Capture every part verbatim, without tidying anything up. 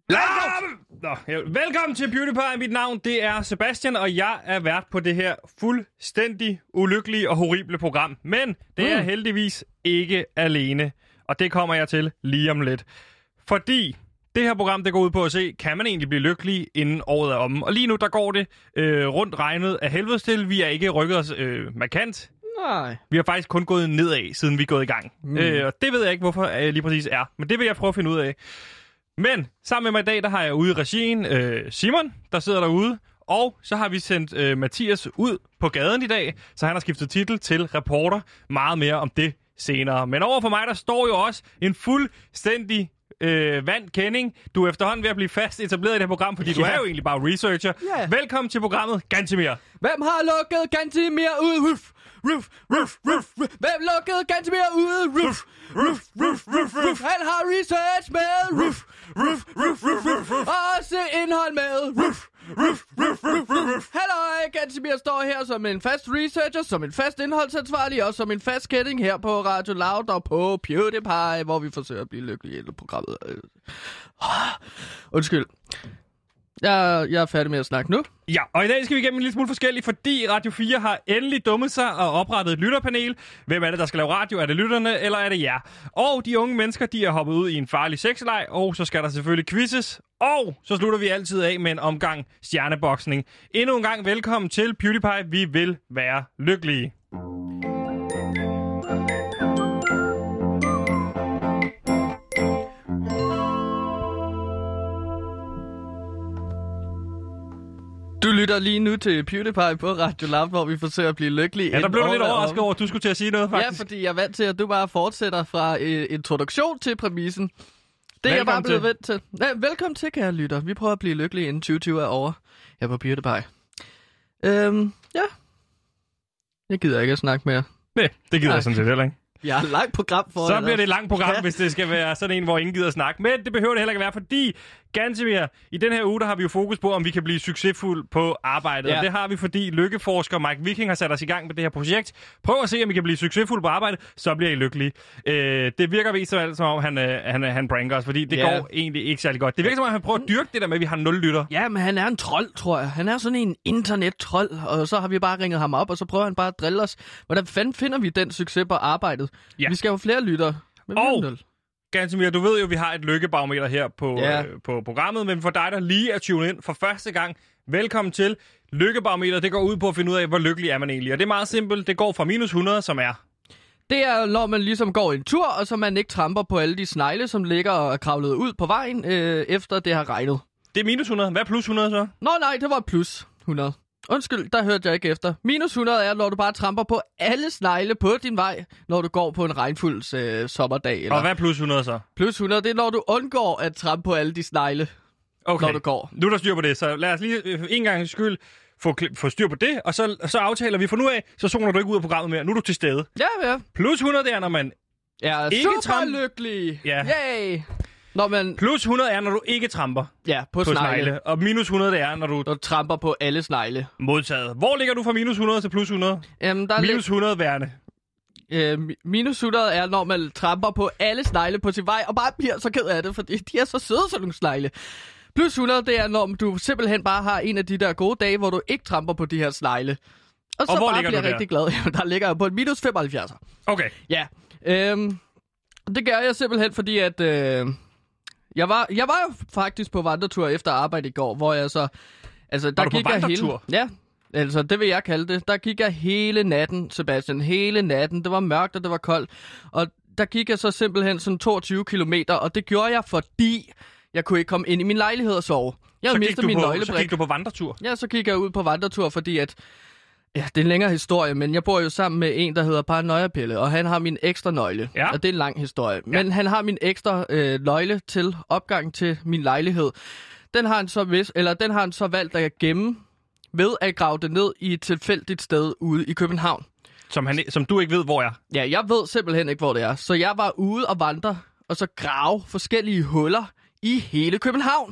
Nå, ja. Velkommen til PewDiePie. Mit navn det er Sebastian, og jeg er vært på det her fuldstændig ulykkelige og horrible program. Men det er mm. heldigvis ikke alene, og det kommer jeg til lige om lidt. Fordi det her program, det går ud på at se, kan man egentlig blive lykkelig inden året er omme. Og lige nu, der går det øh, rundt regnet af helvedes til. Vi er ikke rykket os øh, markant. Nej. Vi har faktisk kun gået nedad, siden vi er gået i gang. Mm. Øh, og det ved jeg ikke, hvorfor jeg lige præcis er. Men det vil jeg prøve at finde ud af. Men sammen med mig i dag, der har jeg ude i regien øh, Simon, der sidder derude. Og så har vi sendt øh, Mathias ud på gaden i dag, så han har skiftet titel til reporter. Meget mere om det senere. Men over for mig, der står jo også en fuldstændig øh, vand kending. Du er efterhånden ved at blive fast etableret i det her program, fordi yeah. du er jo egentlig bare researcher. Yeah. Velkommen til programmet, Gantemir. Hvem har lukket Gantemir ud? Ruff, ruff, ruff, ruff. Hvem lukkede Gantemir ud? Ruff, ruff, ruff, ruff, ruff. Han har research med. Ruff, ruff, ruff, ruff, ruff. Og også indhold med. Ruff, ruff, ruff, ruff, ruff. Halløj, Gantemir står her som en fast researcher, som en fast indholdsansvarlig og som en fast kending her på Radio Loud og på PewDiePie, hvor vi forsøger at blive lykkelige i programmet. Undskyld. Jeg, jeg er færdig med at snakke nu. Ja, og i dag skal vi igennem en lille smule forskelligt, fordi Radio fire har endelig dummet sig og oprettet et lytterpanel. Hvem er det, der skal lave radio? Er det lytterne, eller er det jer? Og de unge mennesker, de er hoppet ud i en farlig sexleg, og så skal der selvfølgelig quizzes. Og så slutter vi altid af med en omgang stjerneboksning. Endnu en gang velkommen til PewDiePie. Vi vil være lykkelige. Du lytter lige nu til PewDiePie på Radio Loud, hvor vi forsøger at blive lykkelige. Ja, der blev du lidt overrasket over, at du skulle til at sige noget, faktisk. Ja, fordi jeg er vant til, at du bare fortsætter fra øh, introduktion til præmissen. Det er velkommen jeg bare blevet til. vant til. Ja, velkommen til, kære lytter. Vi prøver at blive lykkelige inden tyve tyve er over her på PewDiePie. Øhm, ja. Jeg gider ikke at snakke mere. Nej, det gider jeg sådan set heller ikke. Vi har et langt program for Så bliver det et langt program, ja. Hvis det skal være sådan en, hvor ingen gider at snakke. Men det behøver det heller ikke være, fordi Gantemir, i den her uge, der har vi jo fokus på, om vi kan blive succesfulde på arbejdet. Ja. Og det har vi, fordi lykkeforsker Mike Viking har sat os i gang med det her projekt. Prøv at se, om vi kan blive succesfulde på arbejdet, så bliver I lykkelige. Øh, det virker vist som, som om, han, øh, han, han pranker os, fordi det ja. går egentlig ikke særlig godt. Det virker som om, han prøver at dyrke det der med, at vi har nul lytter. Ja, men han er en trold, tror jeg. Han er sådan en internet-trold, og så har vi bare ringet ham op, og så prøver han bare at drille os. Hvordan fanden finder vi den succes på arbejdet? Ja. Vi skal jo flere lytter. Og Gantemir, du ved jo, at vi har et lykkebarometer her på, ja. øh, på programmet, men for dig, der lige er tunet ind for første gang, velkommen til. Lykkebarometer, det går ud på at finde ud af, hvor lykkelig er man egentlig. Og det er meget simpelt. Det går fra minus hundrede, som er... Det er, når man ligesom går en tur, og så man ikke tramper på alle de snegle, som ligger og er kravlet ud på vejen, øh, efter det har regnet. Det er minus hundrede. Hvad er plus hundrede så? Nå nej, det var plus hundrede. Undskyld, der hørte jeg ikke efter. Minus hundrede er, når du bare tramper på alle snegle på din vej, når du går på en regnfuld øh, sommerdag. Eller... Og hvad er plus hundrede så? Plus hundrede, det er, når du undgår at trampe på alle de snegle, okay. når du går. Nu er der styr på det, så lad os lige øh, en gang skyld få, få styr på det, og så, så aftaler vi for nu af, så zoner du ikke ud af programmet mere. Nu er du til stede. Ja, ja. Plus hundrede, det er, når man ja, ikke super tramper... lykkelig. Ja. Yay! Når man... Plus hundrede er, når du ikke tramper ja, på, på snegle. snegle. Og minus hundrede, det er, når du... Når du tramper på alle snegle. Modtaget. Hvor ligger du fra minus hundrede til plus hundrede? Jamen, der minus hundrede værende. Øh, minus hundrede er, når man tramper på alle snegle på sin vej, og bare bliver så ked af det, fordi de er så søde, sådan nogle snegle. Plus hundrede, det er, når du simpelthen bare har en af de der gode dage, hvor du ikke tramper på de her snegle. Og så og hvor bare bliver jeg rigtig glad. Jamen, der ligger jeg på en minus femoghalvfjerds. Okay. Ja. Øhm, det gør jeg simpelthen, fordi at... Øh, Jeg var, jeg var jo faktisk på vandretur efter arbejde i går, hvor jeg så... Altså, der var du gik på jeg vandretur? Hele, ja, altså det vil jeg kalde det. Der gik jeg hele natten, Sebastian. Hele natten. Det var mørkt, og det var koldt. Og der gik jeg så simpelthen sådan toogtyve kilometer, og det gjorde jeg, fordi jeg kunne ikke komme ind i min lejlighed og sove. Jeg havde mistet min nøglebrik. Så gik du på vandretur? Ja, så gik jeg ud på vandretur, fordi at... Ja, det er en længere historie, men jeg bor jo sammen med en, der hedder Paranoia-Pille, og han har min ekstra nøgle. Ja. Og det er en lang historie. Men ja. han har min ekstra øh, nøgle til opgang til min lejlighed. Den har han så vis, eller den har han så valgt at gemme ved at grave det ned i et tilfældigt sted ude i København. Som, han, som du ikke ved, hvor er? Ja, jeg ved simpelthen ikke, hvor det er. Så jeg var ude og vandre, og så grave forskellige huller i hele København.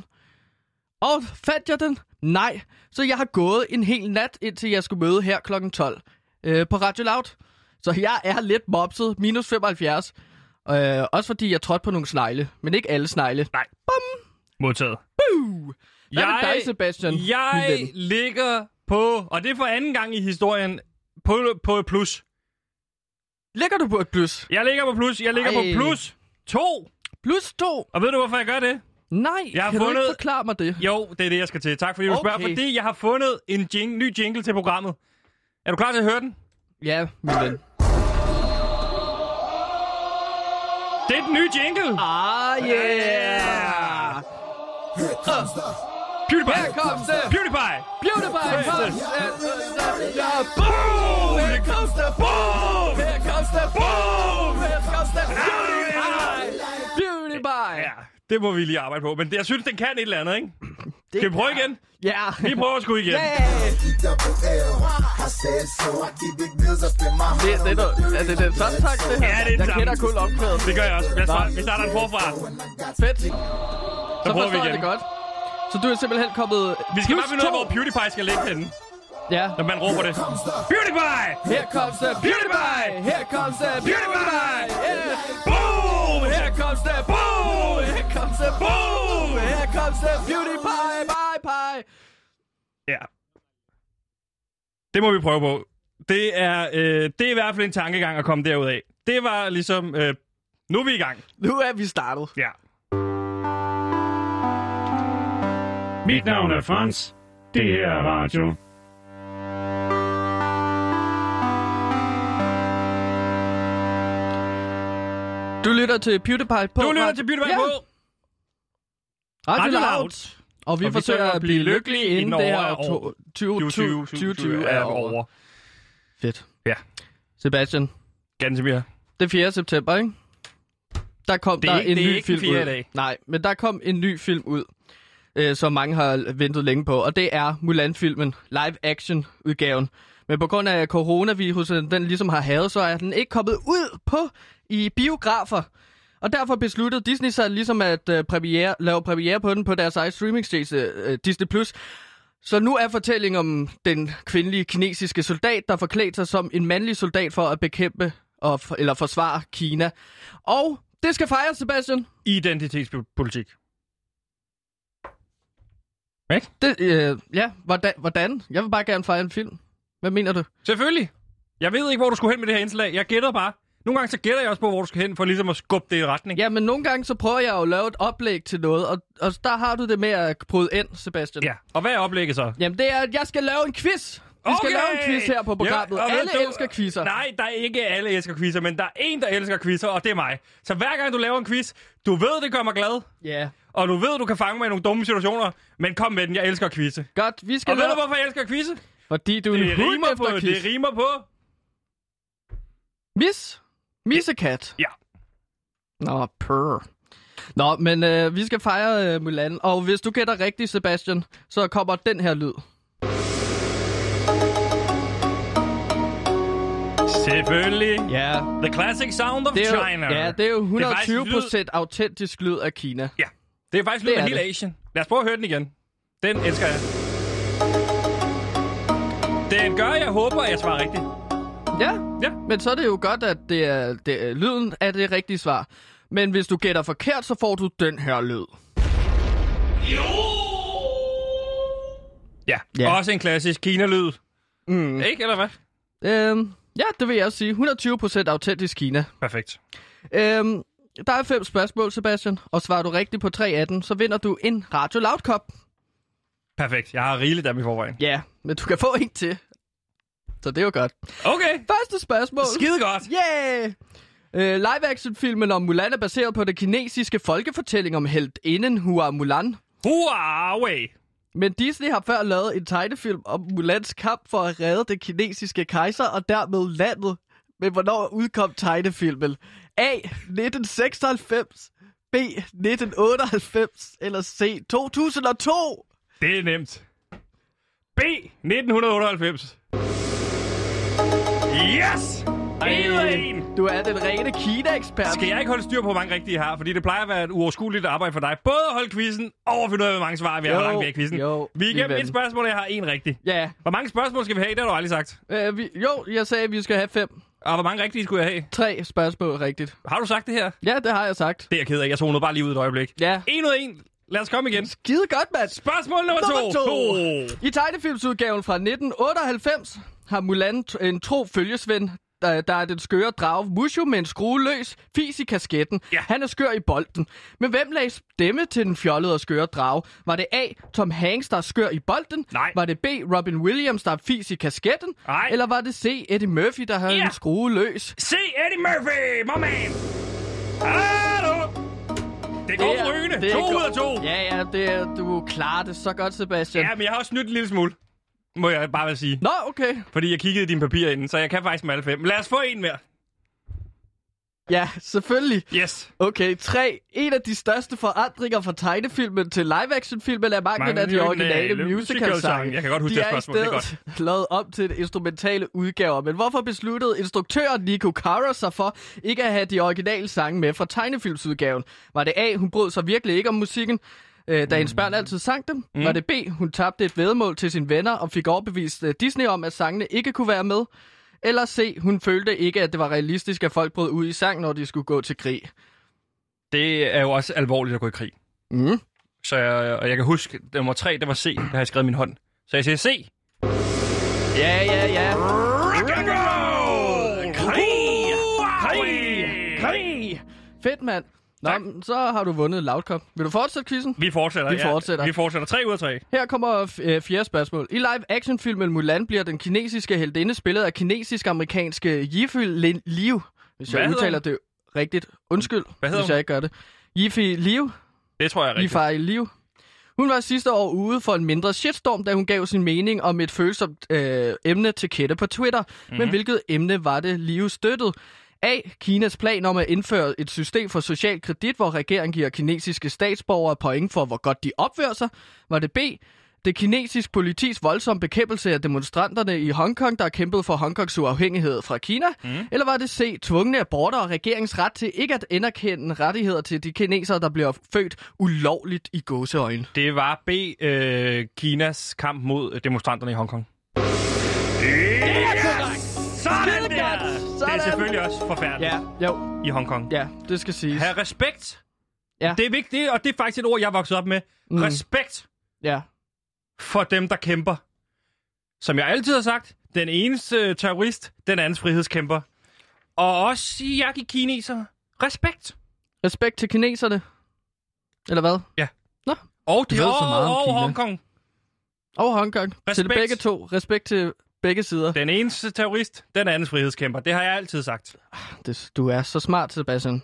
Og fandt jeg den? Nej. Så jeg har gået en hel nat, indtil jeg skulle møde her klokken tolv øh, på Radio Loud. Så jeg er lidt mopset, minus femoghalvfjerds. Øh, også fordi jeg trådte på nogle snegle, men ikke alle snegle. Nej. Bum! Modtaget. Boo! Hvad Jeg, med dig, Sebastian? jeg ligger på, og det er for anden gang i historien, på, på et plus. Ligger du på et plus? Jeg ligger på plus. Jeg ligger Ej. på plus to. Plus to? Og ved du, hvorfor jeg gør det? Nej, Jeg har kan fundet- du ikke forklare mig det? Jo, det er det, jeg skal til. Tak fordi du Okay. spørger, fordi jeg har fundet en jing- ny jingle til programmet. Er du klar til at høre den? Ja, min ven. Det er den nye jingle. Ah, yeah! PewDiePie. Her comes the PewDiePie. PewDiePie comes. Boom! Here comes the Boom! Here comes the boom! Here comes the PewDiePie! PewDiePie! Ja, det må vi lige arbejde på. Men det, jeg synes, den kan et eller andet, ikke? Det Skal vi prøve igen? Ja. Vi prøver sgu igen. Yeah. Det, det, er noget- er det den samme tak, det her? Ja, det er den Jeg samme. kender kun omkvædet. Det gør jeg også. Jeg starter, Nå. vi starter den forfra. Fedt. Så prøver vi forstår jeg igen. det godt. Så du er simpelthen kommet Vi skal plus bare finde ud af, to. hvor PewDiePie skal ligge henne, Ja. når man råber det. PewDiePie! Here comes the PewDiePie! Here comes the PewDiePie! Yeah. Boom! Here comes the boom! Here comes the boom! Here comes the PewDiePie! Bye, pie! Ja. Det må vi prøve på. Det er, øh, det er i hvert fald en tankegang at komme derud af. Det var ligesom... Øh, nu er vi i gang. Nu er vi startet. Ja. Mit navn er Frans. Det her er radio. Du lytter til PewDiePie på... Du lytter til PewDiePie Ja. på. Radio Radio Loud. Loud. Og vi Og vi forsøger at blive lykkelige inden det her år tyve tyve er over. Fedt. Ja. Sebastian, Gantemir. det fjerde september, ikke? Der kom Det er der ikke- en det er ny ikke den film fjerde ud. dag. Nej, men der kom en ny film ud, øh, som mange har ventet længe på, og det er Mulan-filmen, live-action-udgaven. Men på grund af coronavirusen, den ligesom har havet, så er den ikke kommet ud på i biografer. Og derfor besluttede Disney sig ligesom at øh, premiere, lave premiere på den på deres egen streamingstation øh, Disney plus. Så nu er fortællingen om den kvindelige kinesiske soldat, der forklædte sig som en mandlig soldat for at bekæmpe og, eller forsvare Kina. Og det skal fejres, Sebastian. Identitetspolitik. Ikke? Det, øh, ja, hvordan, hvordan? Jeg vil bare gerne fejre en film. Hvad mener du? Selvfølgelig. Jeg ved ikke, hvor du skulle hen med det her indslag. Jeg gætter bare. Nogle gange så gætter jeg også på, hvor du skal hen, for ligesom at skubbe det i retning. Ja, men nogle gange så prøver jeg jo at lave et oplæg til noget, og, og der har du det med at bryde ind, Sebastian. Ja. Og hvad er oplægget så? Jamen, det er, at jeg skal lave en quiz. Vi skal lave en quiz her på programmet. Ja, og ved Alle du- elsker quizzer. Nej, der er ikke alle elsker quizzer, men der er en, der elsker quizzer, og det er mig. Så hver gang du laver en quiz, du ved, det gør mig glad, Ja, og du ved, du kan fange mig i nogle dumme situationer, men kom med den, jeg elsker quizze. godt. Vi skal Og ved lave... du, hvorfor jeg elsker quizze? Fordi du er en Det hund rimer, på, efter quiz. det rimer på... Miss? Missekat? Ja. Nå, purr. Nå, men øh, vi skal fejre øh, Mulan, og hvis du gætter rigtigt, Sebastian, så kommer den her lyd. Selvfølgelig. Ja, The classic sound of det er jo, China. ja, det er jo hundrede og tyve Det er faktisk procent autentisk lyd af Kina. Ja, det er faktisk Det lyden er af hele det. Asien. Lad os prøve at høre den igen. Den elsker jeg. Den gør, jeg håber, at jeg svarer rigtigt. Ja, Ja. men så er det jo godt, at det er, det er lyden af det rigtige svar. Men hvis du gætter forkert, så får du den her lyd. Ja, Ja. også en klassisk Kina-lyd. Mm. Ikke, eller hvad? Øhm, ja, det vil jeg også sige. hundrede og tyve procent autentisk Kina. Perfekt. Øhm, der er fem spørgsmål, Sebastian. Og svarer du rigtigt på tre af dem, så vinder du en Radio Loud Cup. Perfekt. Jeg har rigeligt dem i forvejen. Ja, men du kan få en til. Så det er jo godt. Okay. Første spørgsmål. Skide godt. Yeah! Øh, live-action-filmen om Mulan er baseret på det kinesiske folkefortælling om heltinden Hua Mulan. Huawei. Men Disney har før lavet en tegnefilm om Mulans kamp for at redde den kinesiske kejser og dermed landet. Men hvornår udkom tegnefilmen? A. nitten seksoghalvfems, B. nitten otteoghalvfems eller C. to tusind og to? Det er nemt. B. nitten otteoghalvfems. Yes! En ud af en. Du er den rene Kina-ekspert. Skal jeg ikke holde styr på, hvor mange rigtige jeg har? Fordi det plejer at være et uoverskueligt arbejde for dig. Både at holde quizzen og at finde ud af, hvor mange svar vi har, hvor langt vi er i quizzen. jo, Vi er min igennem ven. et spørgsmål, jeg har en rigtig. Ja. Hvor mange spørgsmål skal vi have? Det har du aldrig sagt. Øh, vi, jo, jeg sagde, at vi skal have fem. Og hvor mange rigtige skulle jeg have? Tre spørgsmål rigtigt. Har du sagt det her? Ja, det har jeg sagt. Det er jeg ked af. Jeg zonede bare lige ud et øjeblik. Ja. En ud af en. Lad os komme igen. Skide godt, mand. Spørgsmål nummer, Nummer to. to. to. I tegnefilmsudgaven fra nitten otteoghalvfems har Mulan t- en tro følgesvend, der, der er den skøre drage Mushu med en skrue løs fis i kasketten. Ja. Han er skør i bolden. Men hvem lagde stemme til den fjollede og skøre drage? Var det A. Tom Hanks, der er skør i bolden? Nej. Var det B. Robin Williams, der er fis i kasketten? Nej. Eller var det C. Eddie Murphy, der havde Ja. en skrue løs? Se Eddie Murphy, my man. Hallo. Det går er- Rygende. det er To godt. ud af to. Ja, ja, det er, du klarer det så godt, Sebastian. Ja, men jeg har også snydt en lille smule. Må jeg bare vel sige. Nå, okay. Fordi jeg kiggede i dine papirer inden, så jeg kan faktisk med alle fem. Men lad os få en mere. Ja, selvfølgelig. Yes. Okay, tre. En af de største forandringer fra tegnefilmen til live-action-filmen er manglen af de originale musical-sange. Jeg kan godt huske de det spørgsmål, det er godt. De er i stedet lavet om til instrumentale udgaver. Men hvorfor besluttede instruktøren Nico Caro sig for ikke at have de originale sange med fra tegnefilmsudgaven? Var det A, hun brød sig virkelig ikke om musikken, øh, da hendes børn altid sang dem? Mm. Var det B, hun tabte et væddemål til sine venner og fik overbevist øh, Disney om, at sangene ikke kunne være med? Eller C, hun følte ikke, at det var realistisk, at folk brød ud i sang, når de skulle gå til krig? Det er jo også alvorligt at gå i krig. Mm. Så jeg, og jeg kan huske, nummer tre, det var C, der har jeg skrevet i min hånd. Så jeg siger C. Ja, ja, ja. Rock and roll! Krig! Krig! Krig! Fedt, mand. Nå, Tak. men så har du vundet Loudcop. Vil du fortsætte quizzen? Vi fortsætter. Vi fortsætter. Ja, vi fortsætter. Tre ud af tre. Her kommer øh, fjerde spørgsmål. I live-action-filmen Mulan bliver den kinesiske heltinde spillet af kinesisk-amerikanske Yifi Liu. Hvis Hvad jeg hedder udtaler det rigtigt. Undskyld, Hvad hedder hvis jeg ikke gør det. Yifi Liu. Det tror jeg er rigtigt. Yifi Liu. Hun var sidste år ude for en mindre shitstorm, da hun gav sin mening om et følsomt øh, emne til kende på Twitter. Mm-hmm. Men hvilket emne var det, Liu støttede? A. Kinas plan om at indføre et system for social kredit, hvor regeringen giver kinesiske statsborgere point for, hvor godt de opfører sig. Var det B. Det kinesiske politis voldsomme bekæmpelse af demonstranterne i Hongkong, der har kæmpet for Hongkongs uafhængighed fra Kina? Mm. Eller var det C. Tvungne aborter og regeringens ret til ikke at anerkende rettigheder til de kinesere, der bliver født ulovligt i gåseøjne? Det var B. Øh, Kinas kamp mod demonstranterne i Hongkong. Det er korrekt! Sådan der! Sådan. Det er selvfølgelig også forfærdeligt Ja, jo. i Hongkong. Ja, det skal siges. Ha' respekt. Ja. Det er vigtigt, og det er faktisk et ord, jeg er vokset op med. Mm. Respekt Ja. for dem, der kæmper. Som jeg altid har sagt, den eneste øh, terrorist, den andens frihedskæmper. Og også jer kinesere. Respekt. Respekt til kineserne. Eller hvad? Ja. Nå. Og Du det ved og, så meget om og Kina. Hongkong. Og Hongkong. Respekt. Til begge to. Respekt til begge sider. Den eneste terrorist, den andens frihedskæmper. Det har jeg altid sagt. Det, du er så smart, Sebastian.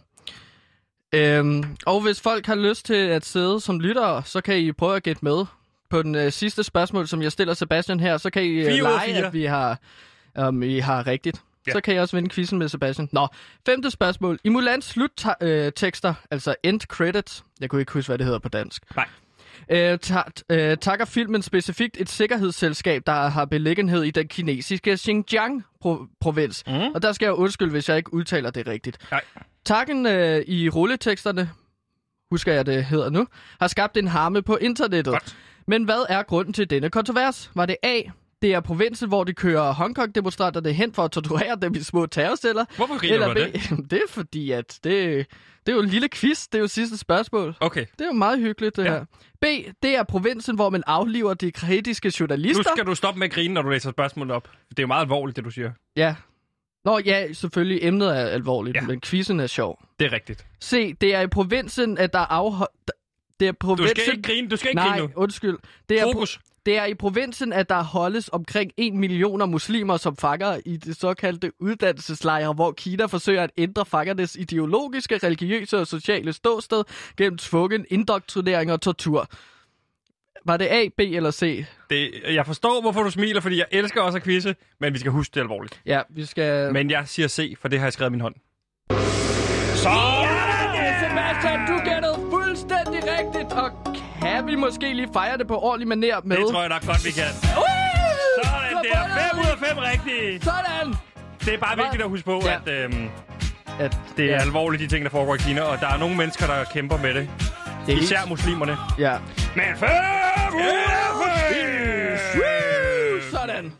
Øhm, og hvis folk har lyst til at sidde som lyttere, så kan I prøve at gætte med på den øh, sidste spørgsmål, som jeg stiller Sebastian her. Så kan I øh, Fire ud af lege, fire. at vi har, um, I har rigtigt. Ja. Så kan I også vinde quizzen med Sebastian. Nå, femte spørgsmål. I Mulans sluttekster, altså end credits, jeg kunne ikke huske, hvad det hedder på dansk, Nej. Øh, ta- øh, takker filmen specifikt et sikkerhedsselskab, der har beliggenhed i den kinesiske Xinjiang-provins. Mm. Og der skal jeg undskylde, hvis jeg ikke udtaler det rigtigt. Nej. Takken øh, i rulleteksterne, husker jeg det hedder nu, har skabt en harme på internettet. Godt. Men hvad er grunden til denne kontrovers? Var det A, det er provinsen, hvor de kører Hongkong-demonstranterne hen for at torturere dem i små terrorceller? Hvorfor griner Eller du B, af det? det er fordi, at det, det er jo en lille quiz, det er jo sidste spørgsmål. Okay. Det er jo meget hyggeligt, det Ja. her. B, det er provinsen, hvor man afliver de kritiske journalister. Nu skal du stoppe med at grine, når du læser spørgsmålet op. Det er jo meget alvorligt, det du siger. Ja. Nå ja, selvfølgelig, emnet er alvorligt, Ja. men quizzen er sjov. Det er rigtigt. C, det er i provinsen, at der afhold... Det er Du provinsen... skal ikke grine, du skal ikke Nej, grine nu. undskyld. Det er, Fokus. det er i provinsen, at der holdes omkring en million muslimer som fanger i det såkaldte uddannelseslejre, hvor Kina forsøger at ændre fangernes ideologiske, religiøse og sociale ståsted gennem tvungen indoktrinering og tortur. Var det A, B eller C? Det, jeg forstår, hvorfor du smiler, fordi jeg elsker også at quizze, men vi skal huske det er alvorligt. Ja, vi skal... Men jeg siger C, for det har jeg skrevet i min hånd. Så! Ja, Sebastian, du gættede fuldstændig rigtigt, og kan vi måske lige fejre det på ordentlig manér med... Det tror jeg nok godt, vi kan. Uh! Sådan der. Fem ud af fem rigtige. Sådan! Det er bare vigtigt at huske på, Ja. at øhm, At, det er ja, alvorligt, de ting, der foregår i Kina, og der er nogle mennesker, der kæmper med det. det er Især helt- muslimerne. Ja. Men fem ud af fem! Woo! Sådan.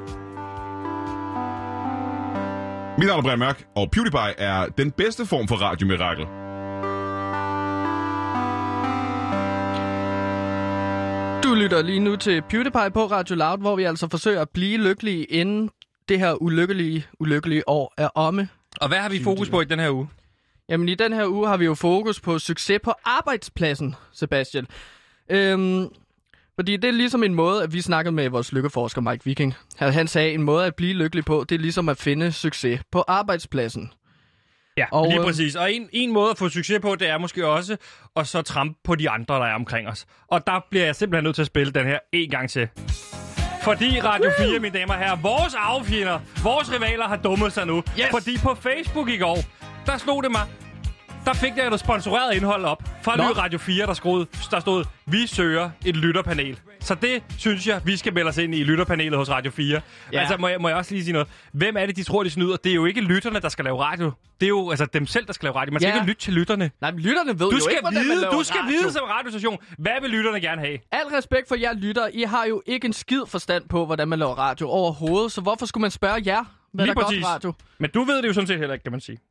Mit navn er Brian Mørk, og PewDiePie er den bedste form for radiomirakel. Du lytter lige nu til PewDiePie på Radio Loud, hvor vi altså forsøger at blive lykkelige, inden det her ulykkelige, ulykkelige år er omme. Og hvad har vi fokus på i den her uge? Jamen i den her uge har vi jo fokus på succes på arbejdspladsen, Sebastian. Øhm, fordi det er ligesom en måde, at vi snakkede med vores lykkeforsker Mike Viking. Han sagde, en måde at blive lykkelig på, det er ligesom at finde succes på arbejdspladsen. Ja, og, lige præcis. Og en, en måde at få succes på, det er måske også at så trampe på de andre, der er omkring os. Og der bliver jeg simpelthen nødt til at spille den her en gang til. Fordi Radio fire, mine damer og herrer, vores arvefjender, vores rivaler har dummet sig nu. Yes. Fordi på Facebook i går, der slog det mig, der fik jeg noget sponsoreret indhold op fra Ny Radio fire, der stod, der stod, vi søger et lytterpanel. Så det synes jeg, vi skal melde os ind i lytterpanelet hos Radio fire. Ja. Altså, må jeg, må jeg også lige sige noget. Hvem er det, de tror, de snyder? Det er jo ikke lytterne, der skal lave radio. Det er jo altså dem selv, der skal lave radio. Man skal ja. ikke lytte til lytterne. Nej, men lytterne ved du jo skal ikke, hvordan vide, man laver Du skal radio. vide som radiostation, hvad vil lytterne gerne have? Al respekt for jer lytter. I har jo ikke en skid forstand på, hvordan man laver radio overhovedet. Så hvorfor skulle man spørge jer, hvad lige der er præcis. godt radio? Men du ved det jo sådan set heller ikke, kan man sige.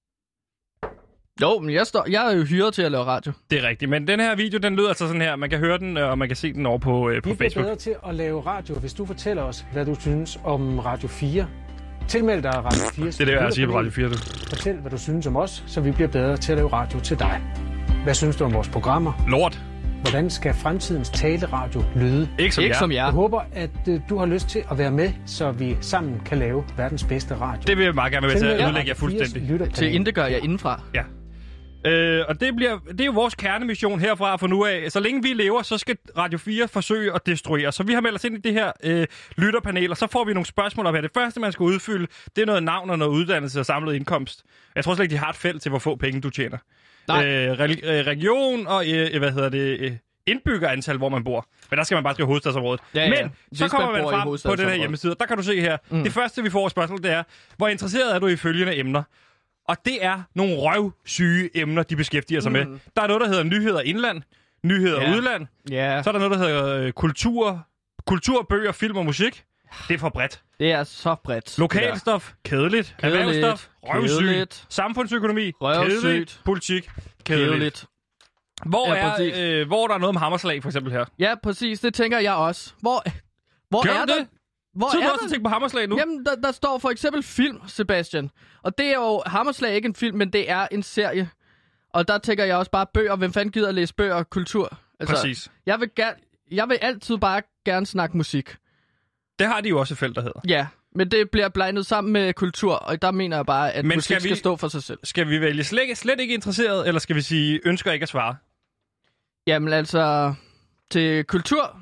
Jo, men jeg, står, jeg er jo hyret til at lave radio. Det er rigtigt, men den her video, den lyder altså sådan her. Man kan høre den, og man kan se den over på, øh, på Vi bliver Facebook. bedre til at lave radio, hvis du fortæller os, hvad du synes om Radio fire. Tilmeld dig Radio fire. Det er det, jeg siger på Radio fire. Du. Fortæl, hvad du synes om os, så vi bliver bedre til at lave radio til dig. Hvad synes du om vores programmer? Lort. Hvordan skal fremtidens taleradio lyde? Ikke som Ikke jer. som jer. Jeg håber, at øh, du har lyst til at være med, så vi sammen kan lave verdens bedste radio. Det vil jeg meget gerne være med til at Tilmeld dig udlægge jer Radio fires fuldstændig. lytterpanel. Til intet gør jeg indenfra. Ja. Øh, og det, bliver, det er jo vores kernemission herfra for nu af. Så længe vi lever, så skal Radio fire forsøge at destruere. Så vi har meldt os ind i det her øh, lytterpanel, og så får vi nogle spørgsmål op her. Det første, man skal udfylde, det er noget navn og noget uddannelse og samlet indkomst. Jeg tror slet ikke, de har et felt til, hvor få penge du tjener. Nej. Øh, re- øh, region og øh, hvad hedder det, øh, indbyggerantal, hvor man bor. Men der skal man bare skrive hovedstadsområdet. Ja, ja. Men Hvis så kommer man man bor i frem på den her hovedstadsområdet. hjemmeside. Der kan du se her. Mm. Det første, vi får af spørgsmål, det er, hvor interesseret er du i følgende emner? Og det er nogle røvsyge emner, de beskæftiger sig mm. med. Der er noget, der hedder nyheder indland, nyheder Ja. udland. Ja, Så er der noget, der hedder øh, kultur, kultur, bøger, film og musik. Det er for bredt. det er så bredt. Lokalstof, kedeligt. Kedeligt, Erhvervsstof, røvsyg. kedeligt. Samfundsøkonomi, Røvsygt. kedeligt. Politik, kedeligt. Kedeligt. Hvor, Ja, er, præcis. øh, hvor er der noget om hammerslag, for eksempel her? Ja, præcis. Det tænker jeg også. Hvor, hvor Gør er du der... det? Hvor Så du er også der... tænke på hammerslag nu? Jamen, der, der står for eksempel film, Sebastian. Og det er jo... Hammerslag er ikke en film, men det er en serie. Og der tænker jeg også bare bøger. Hvem fanden gider at læse bøger og kultur? Altså, Præcis. Jeg vil, ger... jeg vil altid bare gerne snakke musik. Det har de jo også et felt, der hedder. Ja, men det bliver blandet sammen med kultur. Og der mener jeg bare, at Men musik skal skal, vi- skal stå for sig selv. Skal vi vælge slet, slet ikke interesseret, eller skal vi sige, ønsker ikke at svare? Jamen altså... Til kultur...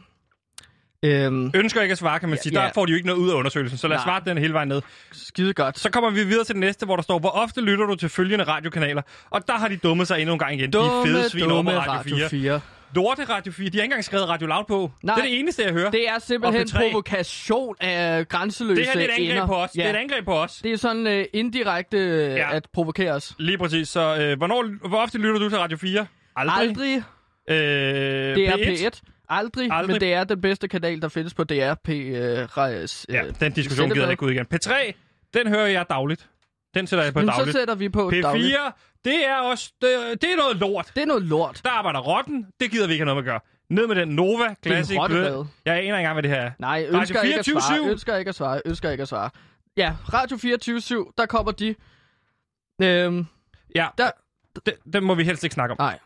Øhm, Ønsker ikke at svare, kan man sige. Ja, Der ja. får de jo ikke noget ud af undersøgelsen, så lad os Nej. svare den hele vejen ned. skide godt. Så kommer vi videre til det næste, hvor der står, hvor ofte lytter du til følgende radiokanaler? Og der har de dummet sig endnu en gang igen. de er fede svin over på Radio fire. fire. Lorte Radio fire. De har ikke engang skrevet Radio Loud på. Nej. Det er det eneste, jeg hører. Det er simpelthen Og P tre. provokation af grænseløse Det her det er et angreb ender. på os. Ja. Det er et angreb på os. Det er sådan uh, indirekte uh, Ja. at provokere os. Lige præcis. Så øh, hvornår, hvor ofte lytter du til Radio fire? Aldrig. Aldrig. Øh, Det er P et. P et. Aldrig, Aldrig. men det er den bedste kanal, der findes på D R P. Uh, Rejs, Ja, den diskussion gider jeg ikke ud igen. P tre, den hører jeg dagligt. Den sætter jeg på Men så dagligt. sætter vi på P fire, dagligt. det er også det, det er noget lort. Det er noget lort. Der arbejder rotten. Det gider vi ikke have noget med at gøre. Ned med den Nova Classic. en rottebad. blød. Jeg aner ikke engang, hvad det her er. Nej, Radio ønsker ikke at fireogtyve svare. syv. Ønsker ikke at svare. Ønsker ikke at svare. Ja, Radio fireogtyve syv, der kommer de. Øhm, Ja, der, den, den må vi helst ikke snakke om. nej.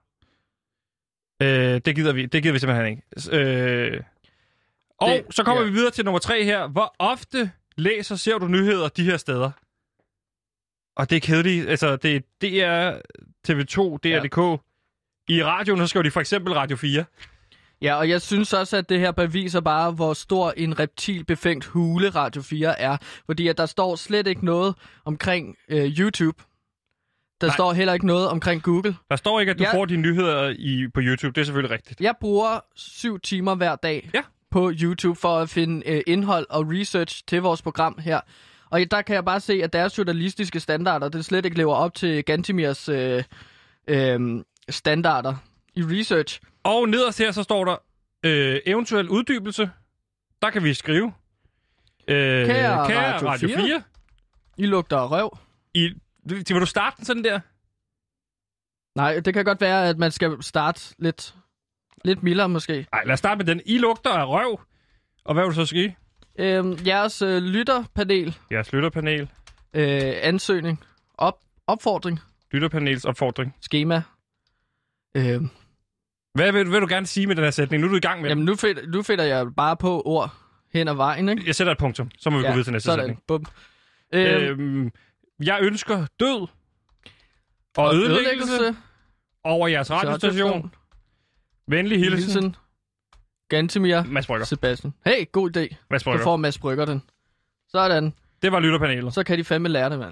Øh, det gider vi, det gider vi simpelthen ikke. S- Øh, og Det- så kommer ja. vi videre til nummer tre her. Hvor ofte læser, ser du nyheder de her steder? Og det er kedeligt. Altså, det er D R, T V to, D R punktum D K. I radioen, så skriver de for eksempel Radio fire. Ja, og jeg synes også, at det her beviser bare, hvor stor en reptilbefængt hule Radio fire er. Fordi at der står slet ikke noget omkring øh, YouTube. Der Nej. står heller ikke noget omkring Google. Der står ikke, at du Ja. får dine nyheder i, på YouTube. Det er selvfølgelig rigtigt. Jeg bruger syv timer hver dag Ja. på YouTube for at finde øh, indhold og research til vores program her. Og der kan jeg bare se, at deres journalistiske standarder, det slet ikke lever op til Gantemirs øh, øh, standarder i research. Og nederst her, så står der øh, eventuel uddybelse. Der kan vi skrive. Øh, Kære kære Radio Radio fire. fire. I lugter af røv. I, vil du starte den sådan der? Nej, det kan godt være, at man skal starte lidt... Lidt mildere måske. Nej, lad os starte med den. I lugter af røv. Og hvad vil du så ske? Øhm, jeres øh, lytterpanel. Jeres lytterpanel. Øh, ansøgning. Op, opfordring. Lytterpanels opfordring. Skema. Øh, Hvad vil, vil du gerne sige med den her sætning? Nu er du i gang med jamen, nu finder, nu finder jeg bare på ord hen ad vejen, ikke? Jeg sætter et punktum. Så må vi ja, gå videre til næste sådan. sætning. Bum. Øh, Øhm, jeg ønsker død og, og ødelæggelse, ødelæggelse over jeres radiostation. Venlig hilsen. hilsen. Gantemir. Mads Brygger. Sebastian. Hey, god idé. Mads Så Brygger. får Mads Brygger den. Sådan. Det var lytterpanelet. Så kan de fandme lære det, mand.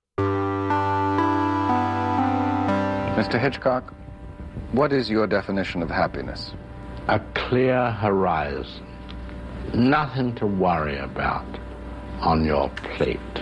mister Hitchcock, what is your definition of happiness? A clear horizon. Nothing to worry about on your plate.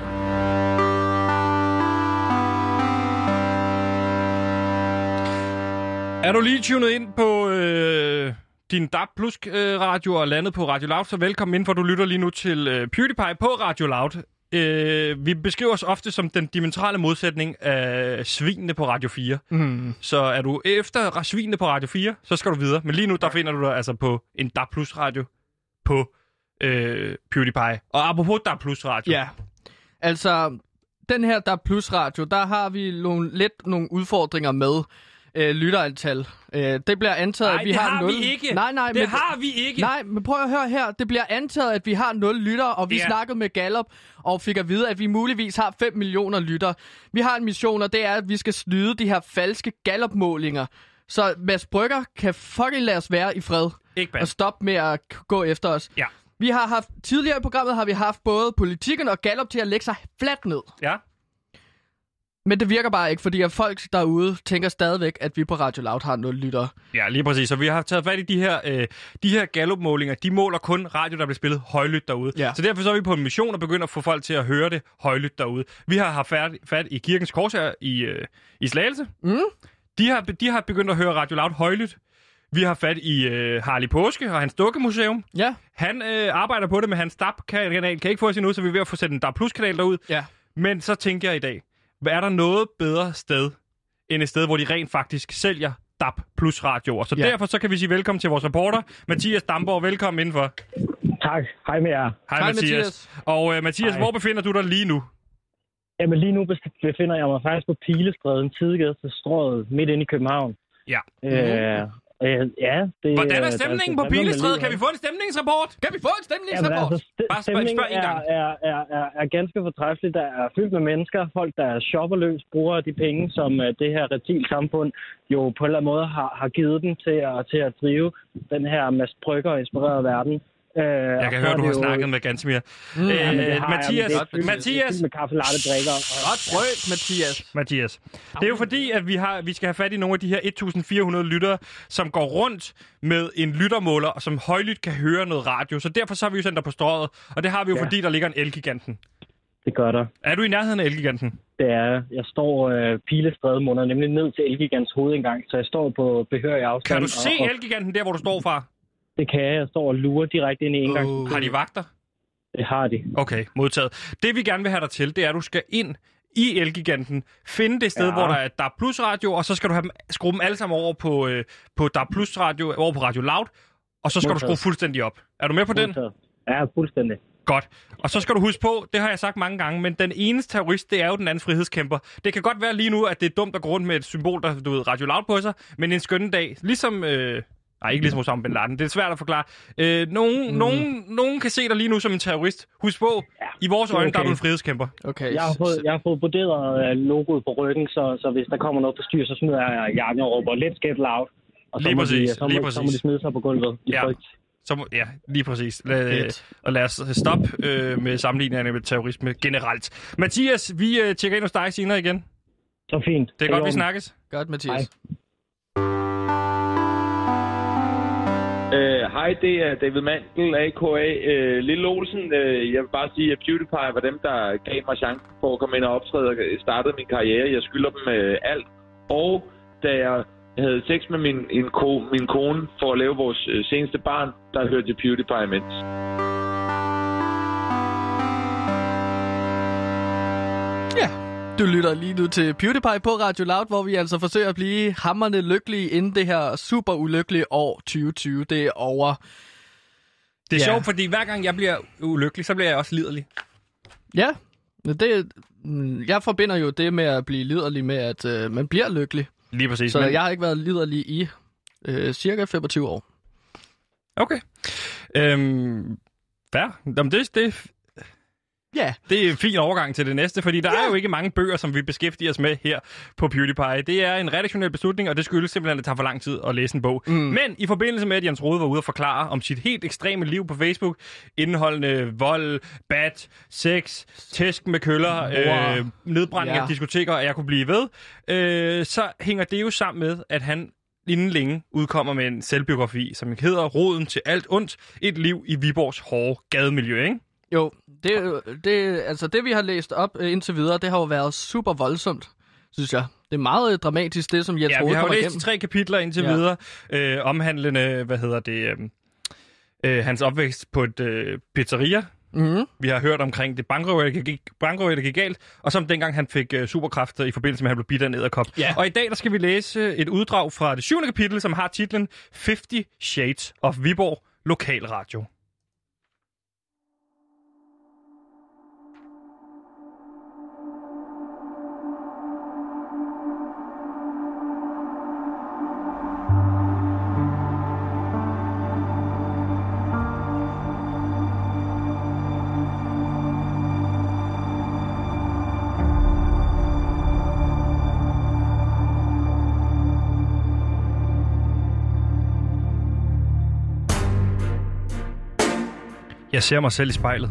Er du lige tunet ind på øh, din D A B Plus øh, radio og landet på Radio Loud, så velkommen ind, for du lytter lige nu til øh, PewDiePie på Radio Loud. Øh, vi beskriver os ofte som den diametrale modsætning af svinene på Radio fire. Mm. Så er du efter svinene på Radio fire, så skal du videre. Men lige nu, der finder du dig altså på en D A B Plus radio på øh, PewDiePie. Og apropos D A B Plus radio. Ja, altså, den her D A B Plus radio, der har vi nogle, lidt nogle udfordringer med øh, lytterantal. Øh, det bliver antaget, Nej, at vi det har, har nul. vi ikke. Nej, nej, det men, har vi ikke. Nej, men prøv at høre her. Det bliver antaget, at vi har nul lyttere, og vi Ja. snakkede med Gallup og fik at vide, at vi muligvis har fem millioner lyttere. Vi har en mission, og det er, at vi skal snyde de her falske Gallup-målinger. Så Mads Brygger kan fucking lade os være i fred. Ikke bad. Og stoppe med at gå efter os. Ja. Vi har haft, tidligere i programmet har vi haft både Politikken og Gallup til at lægge sig fladt ned. Ja. Men det virker bare ikke, fordi at folk derude tænker stadigvæk, at vi på Radio Loud har nul lyttere. Ja, lige præcis. Så vi har taget fat i de her, øh, de her Gallup-målinger. De måler kun radio, der bliver spillet højlydt derude. Ja. Så derfor så er vi på en mission og begynder at få folk til at høre det højlydt derude. Vi har haft fat, fat i Kirkens Korshær i, øh, i Slagelse. Mm. De har, de har begyndt at høre Radio Loud højlydt. Vi har fat i øh, Harley Påske og hans dukkemuseum. Ja. Han øh, arbejder på det med hans D A B-kanal. Kan ikke få os endnu, så vi er ved at få sendt en D A B Plus-kanal derud. Ja. Men så tænker jeg i dag, er der noget bedre sted, end et sted, hvor de rent faktisk sælger D A B Plus radioer? Så Ja. derfor så kan vi sige velkommen til vores reporter, Mathias Damborg. Velkommen indenfor. Tak. Hej med jer. Hej, Hej, Mathias. Mathias. Og uh, Mathias, Hej. hvor befinder du dig lige nu? Jamen lige nu befinder jeg mig faktisk på Pilestræden, Tidegade til Strøget, midt inde i København. Ja. Øh, øh, ja, det, Hvordan er der- stemningen der- på der- der- Pilestræde? der- Kan vi få en stemningsrapport? Kan vi få en Jamen, stemningsrapport? altså, st- Bare spørg- stemningen spørg en er, gang. er, er, er, er ganske fortræffelig. Der er fyldt med mennesker, folk, der shopper løs, bruger de penge, som uh, det her reptilsamfund jo på en eller anden måde har, har givet dem til at, til at drive den her Mads Brygger-inspirerede verden. Uh, Jeg kan høre, du har snakket med Gantemir. Mm. Øh, Ja, men det har jeg, Mathias, men det er fyldt- Mathias, det er fyldt med kaffe latte drikker. Og, Godt brød, Mathias. Mathias. Det er jo fordi, at vi, har, vi skal have fat i nogle af de her et tusind fire hundrede lyttere, som går rundt med en lyttermåler, og som højlydt kan høre noget radio. Så derfor så har vi jo sendt dig på Strøget, og det har vi jo, Ja. fordi der ligger en Elgiganten. det gør der. Er du i nærheden af Elgiganten? Det er, jeg står øh, Pilestræde munder nemlig ned til Elgigants hovedindgang, så jeg står på behørig afstand. Kan du se og, og Elgiganten der, hvor du står fra? det kan jeg. Jeg står og lurer direkte ind i indgangen. Oh. Har de vagter? Det har de. Okay, modtaget. Det vi gerne vil have dig til, det er, at du skal ind i Elgiganten, finde det sted, Ja. hvor der er D A B Plus radio, og så skal du have dem, skrue dem alle sammen over på, øh, på D A B Plus radio, over på Radio Loud, og så skal Modtaget. du skrue fuldstændig op. Er du med på den? Modtaget. Ja, fuldstændig. Godt. Og så skal du huske på, det har jeg sagt mange gange, men den eneste terrorist, det er jo den anden frihedskæmper. Det kan godt være lige nu, at det er dumt at gå rundt med et symbol, der du ved, Radio Loud på sig, men en skønne dag, ligesom... Øh, nej, ikke ligesom Osama Bin Laden. Det er svært at forklare. Øh, nogen, mm. nogen, nogen kan se dig lige nu som en terrorist. Husk på, ja, i vores øjne, okay. der er du en frihedskæmper. Okay. Jeg har fået, jeg har fået broderet øh, logoet på ryggen, så, så hvis der kommer noget på styr, så smider jeg jakken og råber, let's get loud. Og så, Lige må præcis, de, så, lige må, så må præcis. de smide sig på gulvet i Ja. frygt. Så, må- ja, lige præcis. Lad, Fedt. og lad os stoppe øh, med sammenligningerne med terrorisme generelt. Mathias, vi øh, tjekker ind hos dig senere igen. Så fint. Det er godt, vi snakkes. Godt, Mathias. Øh, Hej, det er David Mandel, a k a. Øh, Lille Olsen. Øh, jeg vil bare sige, at PewDiePie var dem, der gav mig chancen for at komme ind og optræde og startede min karriere. Jeg skylder dem øh, alt. Og da jeg havde sex med min, en ko, min kone for at lave vores øh, seneste barn, der hørte jeg PewDiePie imens. Ja. Du lytter lige nu til PewDiePie på Radio Loud, hvor vi altså forsøger at blive hamrende lykkelige inden det her super ulykkelige år tyve tyve. Det er over. Det er ja. sjovt, fordi hver gang jeg bliver ulykkelig, så bliver jeg også liderlig. Ja, det, jeg forbinder jo det med at blive liderlig med, at øh, man bliver lykkelig. Lige præcis. Så men... jeg har ikke været liderlig i øh, cirka femogtyve år. Okay. Øhm, fair. Jamen, det, det, ja. det er en fin overgang til det næste, fordi der ja. er jo ikke mange bøger, som vi beskæftiger os med her på PewDiePie. Det er en redaktionel beslutning, og det skyldes simpelthen, at det tager for lang tid at læse en bog. Mm. Men i forbindelse med, at Jens Rohde var ude og forklare om sit helt ekstreme liv på Facebook, indeholdende vold, bat, sex, tæsk med køller, wow. øh, nedbrænding ja. af diskoteker, og jeg kunne blive ved, øh, så hænger det jo sammen med, at han inden længe udkommer med en selvbiografi, som hedder Roden til alt ondt, et liv i Viborgs hårde gademiljø, ikke? Jo, det, det, altså det vi har læst op øh, indtil videre, det har jo været super voldsomt, synes jeg. Det er meget øh, dramatisk, det som Jens ja, Rohde vi har jo læst igennem. tre kapitler indtil ja. videre, øh, omhandlende, hvad hedder det, øh, øh, hans opvækst på et øh, pizzeria. Mm-hmm. Vi har hørt omkring det bankrøver, der gik, bankrøver, der gik galt, og som dengang han fik uh, superkræfter i forbindelse med, at han blev bidt af en edderkop. Yeah. Og i dag der skal vi læse et uddrag fra det syvende kapitel, som har titlen halvtreds Shades of Viborg Lokalradio. Jeg ser mig selv i spejlet.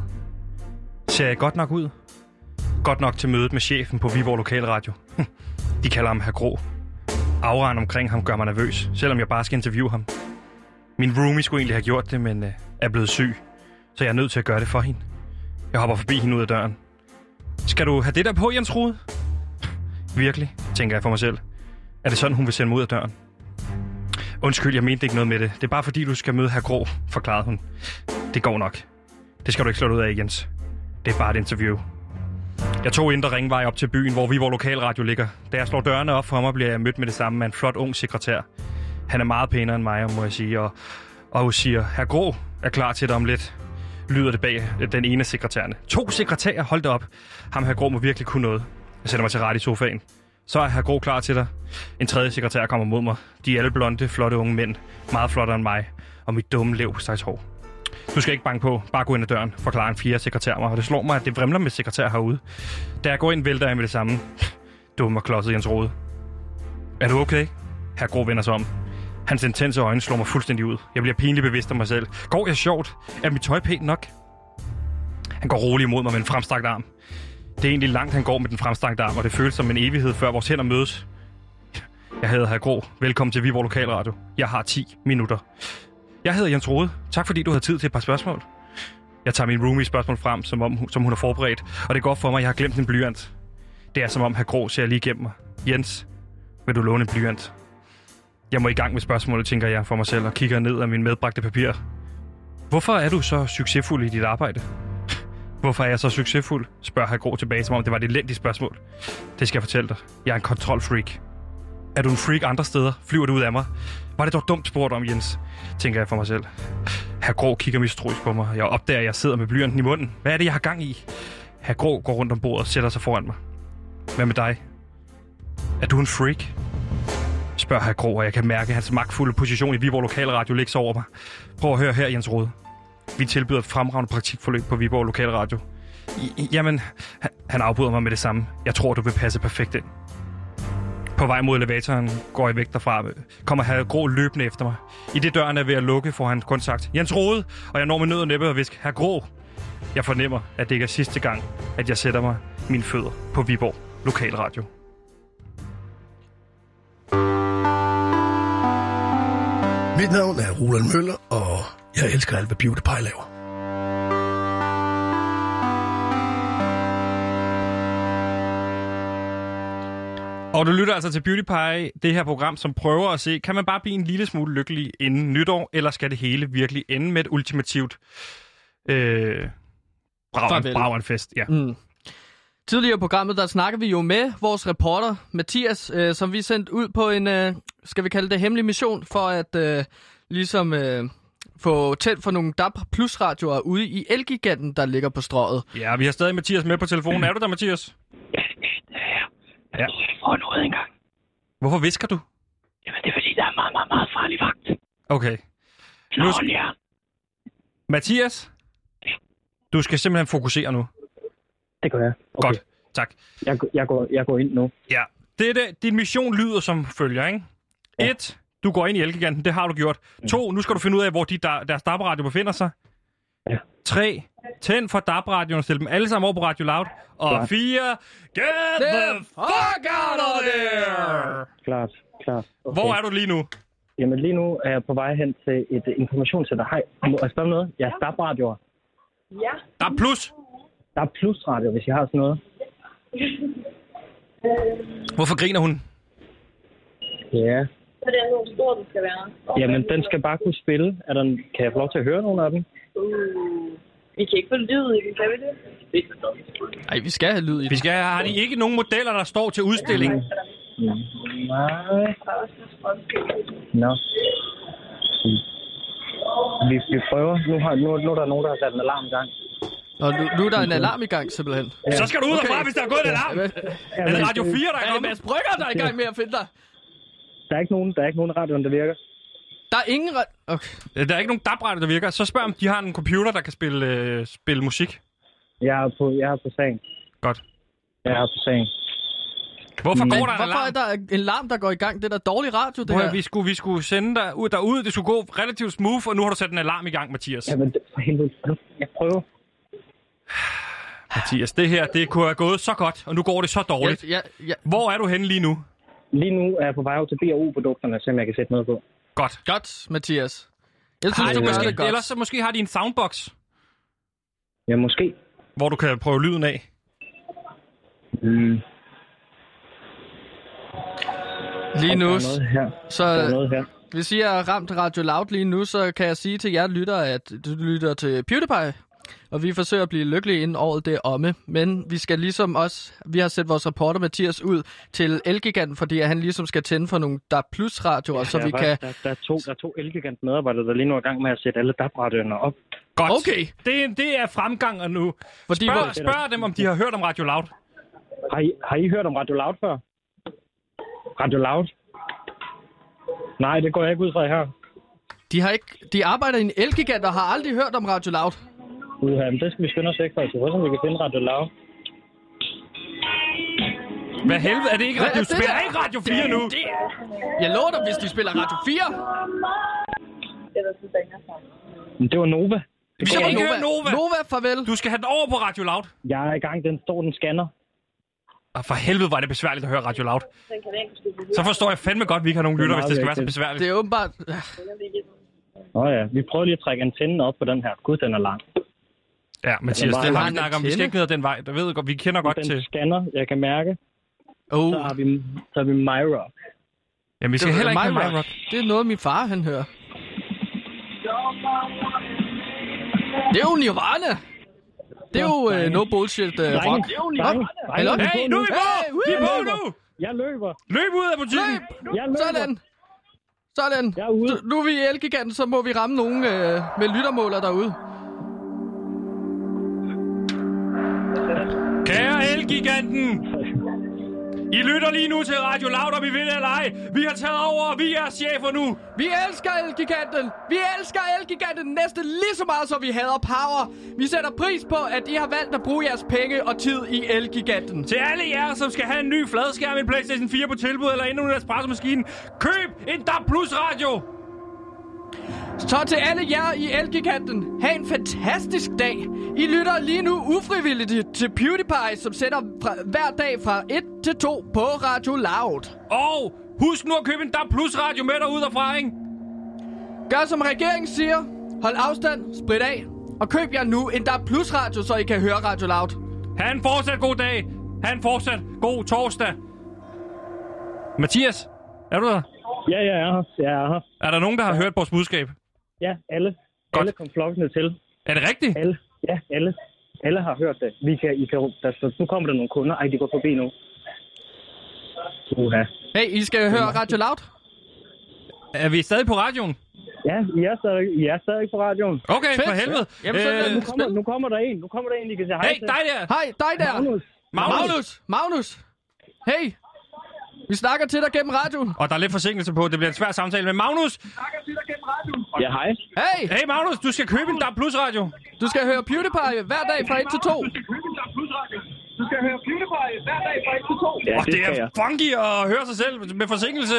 Ser jeg godt nok ud? Godt nok til mødet med chefen på Viborg Lokalradio. De kalder ham Herr Grå. Auraen omkring ham gør mig nervøs, selvom jeg bare skal interviewe ham. Min roomie skulle egentlig have gjort det, men øh, er blevet syg, så jeg er nødt til at gøre det for hende. Jeg hopper forbi hende ud af døren. Skal du have det der på, Jens Rohde? Virkelig, tænker jeg for mig selv. Er det sådan, hun vil sende mig ud af døren? Undskyld, jeg mente ikke noget med det. Det er bare fordi, du skal møde Herr Grå, forklarede hun. Det går nok. Det skal du ikke slå ud af, Jens. Det er bare et interview. Jeg tog Indre Ringvej op til byen, hvor Viborg Lokalradio ligger. Da jeg slår dørene op for mig, bliver jeg mødt med det samme med en flot ung sekretær. Han er meget pænere end mig, må jeg sige, og, og hun siger, Herr Grå er klar til dig om lidt. Lyder det bag den ene sekretærne. To sekretærer, hold da op. Ham Herr Grå må virkelig kunne noget. Jeg sætter mig til ret i sofaen. Så er Herr Grå klar til dig. En tredje sekretær kommer mod mig. De er alle blonde, flotte unge mænd. Meget flottere end mig. Og mit dumme leverpostejshår. Du skal ikke banke på. Bare gå ind ad døren, forklarer en fjerde sekretær mig. Og det slår mig, at det vrimler med sekretær herude. Da jeg går ind, vælter jeg med det samme. Dumme og klodset Jens Rohde. Er du okay? Herr Grå vender sig om. Hans intense øjne slår mig fuldstændig ud. Jeg bliver pinligt bevidst om mig selv. Går jeg sjovt? Er mit tøj pænt nok? Han går roligt imod mig med en fremstrakt arm. Det er egentlig langt, han går med den fremstrakte arm, og det føles som en evighed, før vores hænder mødes. Jeg hedder Herr Grå. Velkommen til Viborg Lokalradio. Jeg har ti minutter. Jeg hedder Jens Rohde. Tak fordi du havde tid til et par spørgsmål. Jeg tager min roomie spørgsmål frem, som, om, som hun har forberedt, og det går for mig, jeg har glemt en blyant. Det er som om Herr Grå ser lige igennem mig. Jens, vil du låne en blyant? Jeg må i gang med spørgsmålet, tænker jeg for mig selv, og kigger ned af min medbragte papir. Hvorfor er du så succesfuld i dit arbejde? Hvorfor er jeg så succesfuld? Spørger Herr Grå tilbage, som om det var et elendigt spørgsmål. Det skal jeg fortælle dig. Jeg er en kontrolfreak. Er du en freak andre steder? Flyver du ud af mig? Var det dog dumt spurgt om, Jens? Tænker jeg for mig selv. Herr Grå kigger mistroisk på mig. Jeg opdager, at jeg sidder med blyanten i munden. Hvad er det, jeg har gang i? Herr Grå går rundt om bordet og sætter sig foran mig. Hvad med dig? Er du en freak? Spørger Herr Grå, og jeg kan mærke hans magtfulde position i Viborg Lokalradio ligge over mig. Prøv at høre her, Jens Rohde. Vi tilbyder et fremragende praktikforløb på Viborg Lokalradio. I, jamen, han afbryder mig med det samme. Jeg tror, du vil passe perfekt ind. På vej mod elevatoren går jeg væk derfra. Kommer Herr Grå løbende efter mig. I det døren er ved at lukke, får han kun sagt Jens Rohde, og jeg når med nød og næppe og visk Herr Grå. Jeg fornemmer, at det ikke er sidste gang, at jeg sætter mig mine fødder på Viborg Lokalradio. Mit navn er Roland Møller, og jeg elsker alt, hvad PewDiePie laver. Og du lytter altså til PewDiePie, det her program, som prøver at se, kan man bare blive en lille smule lykkelig inden nytår, eller skal det hele virkelig ende med et ultimativt øh, brav, brav en fest? Ja. Mm. Tidligere i programmet, der snakker vi jo med vores reporter, Mathias, øh, som vi sendte ud på en, øh, skal vi kalde det, hemmelig mission, for at øh, ligesom øh, få tændt for nogle D A B Plus radioer ude i Elgiganten, der ligger på strøget. Ja, vi har stadig Mathias med på telefonen. Er du der, Mathias? Ja, det er jeg. Ja. Jeg får noget engang. Hvorfor visker du? Jamen, det er fordi, der er meget, meget, meget farlig vagt. Okay. Nu skal... Mathias? Du skal simpelthen fokusere nu. Det gør jeg. Okay. Godt, tak. Jeg, jeg, går, jeg går ind nu. Ja. Det er det. Din mission lyder som følger, ikke? Ja. Et, du går ind i Elgiganten. Det har du gjort. Mm. To, nu skal du finde ud af, hvor de, der, deres D A B-radio befinder sig. Ja. Tre, tænd for D A B-radioen og stil dem alle sammen over på Radio Loud. Og Klart. Fire, get the fuck out of there! Klart, klart. Okay. Hvor er du lige nu? Jamen lige nu er jeg på vej hen til et informationscenter. Hej, må jeg spørge noget? Jeg er D A B-radioer. Ja. D A B Plus? D A B Plus radio, hvis jeg har sådan noget. Hvorfor griner hun? Ja. Så det er nogle store, den skal være. Jamen, den skal bare kunne spille. Er der, kan jeg få lov til at høre nogle af dem? Uh, vi kan ikke få lyd i den, kan vi det? Nej, vi skal have lyd i Vi skal have, har de ikke nogen modeller, der står til udstilling? Nej. Nå. Vi, vi prøver. Nu, har, nu, nu er der nogen, der har sat en alarm i gang. Og nu, nu er der en alarm i gang, simpelthen. Ja. Så skal du ud okay. derfra, hvis der er gået en alarm. Ja, er det Radio fire, der er kommet? Er det Mads Brygger, der er i gang med at finde dig? Der er ikke nogen, der er ikke nogen radioen, der virker. Der er ingen... Ra- okay. Der er ikke nogen D A B-radio, der virker. Så spørg om de har en computer, der kan spille, øh, spille musik. Jeg er på, jeg er på sagen. Godt. Jeg er på sagen. Hvorfor Men går der en hvorfor alarm? er der en alarm, der går i gang? Det er da dårlig radio, det Prøv, her. Vi skulle, vi skulle sende dig ud derud. Det skulle gå relativt smooth, og nu har du sat en alarm i gang, Mathias. Jamen, for helvede. Jeg prøver. Mathias, det her, det kunne have gået så godt, og nu går det så dårligt. Ja, ja, ja. Hvor er du henne lige nu? Lige nu er jeg på vej over til B og O-produkterne, så jeg kan sætte noget på. Godt. Godt, Mathias. Jeg synes, Ej, du gør måske, det godt. Ellers så måske har de en soundbox. Ja, måske. Hvor du kan prøve lyden af. Mm. Lige nu, her. så her. hvis I er ramt Radio Loud lige nu, så kan jeg sige til jer lyttere, at du lytter til PewDiePie. Og vi forsøger at blive lykkelige inden året det er omme. Men vi skal ligesom også, vi har sendt vores reporter Mathias ud til Elgiganten, fordi han ligesom skal tænde for nogle D A B Plus radioer, ja, så vi faktisk, kan... Der, der, er to, der er to Elgigant medarbejdere, der lige nu er i gang med at sætte alle D A B-radioerne op. Godt. Okay. Det, det er fremgang nu. Fordi spørg, hvor... spørg dem, om de har hørt om Radio Loud. Har I, har I hørt om Radio Loud før? Radio Loud? Nej, det går jeg ikke ud fra her. De har ikke... De arbejder i en Elgigant og har aldrig hørt om Radio Loud. Uha, men det skal vi skynde os ikke, faktisk. Hvordan vi kan finde Radio Loud? Hvad helvede? Er det ikke Radio... Det Du spiller der? ikke Radio fire nu? Det... Jeg lover dig, hvis de spiller Radio fire. Men det var Nova. Vi skal ikke høre Nova. Nova, farvel. Du skal have den over på Radio Loud. Jeg er i gang. Den står, den scanner. Og for helvede var det besværligt at høre Radio Loud. Så forstår jeg fandme godt, at vi ikke har nogen lytter, hvis det skal være så besværligt. Det er åbenbart... Nå ja, vi prøver lige at trække antennen op på den her. Gud, den er lang. Ja, Mathias, det har vi snakket om. Vi skal ikke ned ad den vej. Der ved godt, vi kender godt den til... Den scanner, jeg kan mærke. Oh. Så har vi, så har vi MyRock. Jamen, vi skal heller ikke have MyRock. Det er noget, min far, han hører. Det er jo Nirvana. Det er jo uh, no bullshit uh, rock. Det er jo Nirvana. Hey, nu er vi på! Vi er på nu! Jeg løber. Løb ud af butikken! Løb! Jeg løber. Sådan. Sådan. Jeg er ude. Nu er vi i Elgiganten, så må vi ramme nogen øh, med lyttermåler derude. Kære Elgiganten! I lytter lige nu til Radio Loud, og vi vil eller ej. Vi har taget over, og vi er chefer nu. Vi elsker Elgiganten. Vi elsker Elgiganten næsten lige så meget, som vi hader Power. Vi sætter pris på, at I har valgt at bruge jeres penge og tid i Elgiganten. Til alle jer, som skal have en ny fladskærm, en PlayStation fire på tilbud eller endnu en espresso-maskine, køb en D A B Plus radio. Så til alle jer i Elgiganten, have en fantastisk dag. I lytter lige nu ufrivilligt til PewDiePie, som sætter fra, hver dag fra et til to på Radio Loud. Og husk nu at købe en D A B Plus radio med derude derfra, ikke? Gør som regeringen siger. Hold afstand, sprit af. Og køb jer nu en D A B Plus radio, så I kan høre Radio Loud. Ha' en fortsat god dag. Ha' en fortsat god torsdag. Mathias, er du der? Ja, jeg er her. Jeg er her. Er der nogen, der har hørt vores budskab? Ja, alle. Godt. Alle kom flokkende til. Er det rigtigt? Alle. Ja, alle. Alle har hørt det. Vi kan, I kan, der, nu kommer der nogle kunder. Ej, de går forbi nu. Uh-huh. Hey, I skal høre Radio Loud. Er vi stadig på radioen? Ja, I er stadig, I er stadig på radioen. Okay, Fedt. for helvede. Jamen, så, Øh, Nu kommer, nu kommer der en. Nu kommer der en, I kan sige hej Hey, til. dig der! Hej, dig der. Magnus. Magnus! Magnus. Magnus. Hey. Vi snakker til dig gennem radioen. Og der er lidt forsinkelse på, det bliver en svær samtale med Magnus. Ja, hej. Hey. Hey Magnus, du skal købe en D A B Plus radio. Du skal høre PewDiePie hver dag fra et til to. Du skal høre PewDiePie hver dag fra et til to. Ja, Og det er funky at høre sig selv med forsinkelse.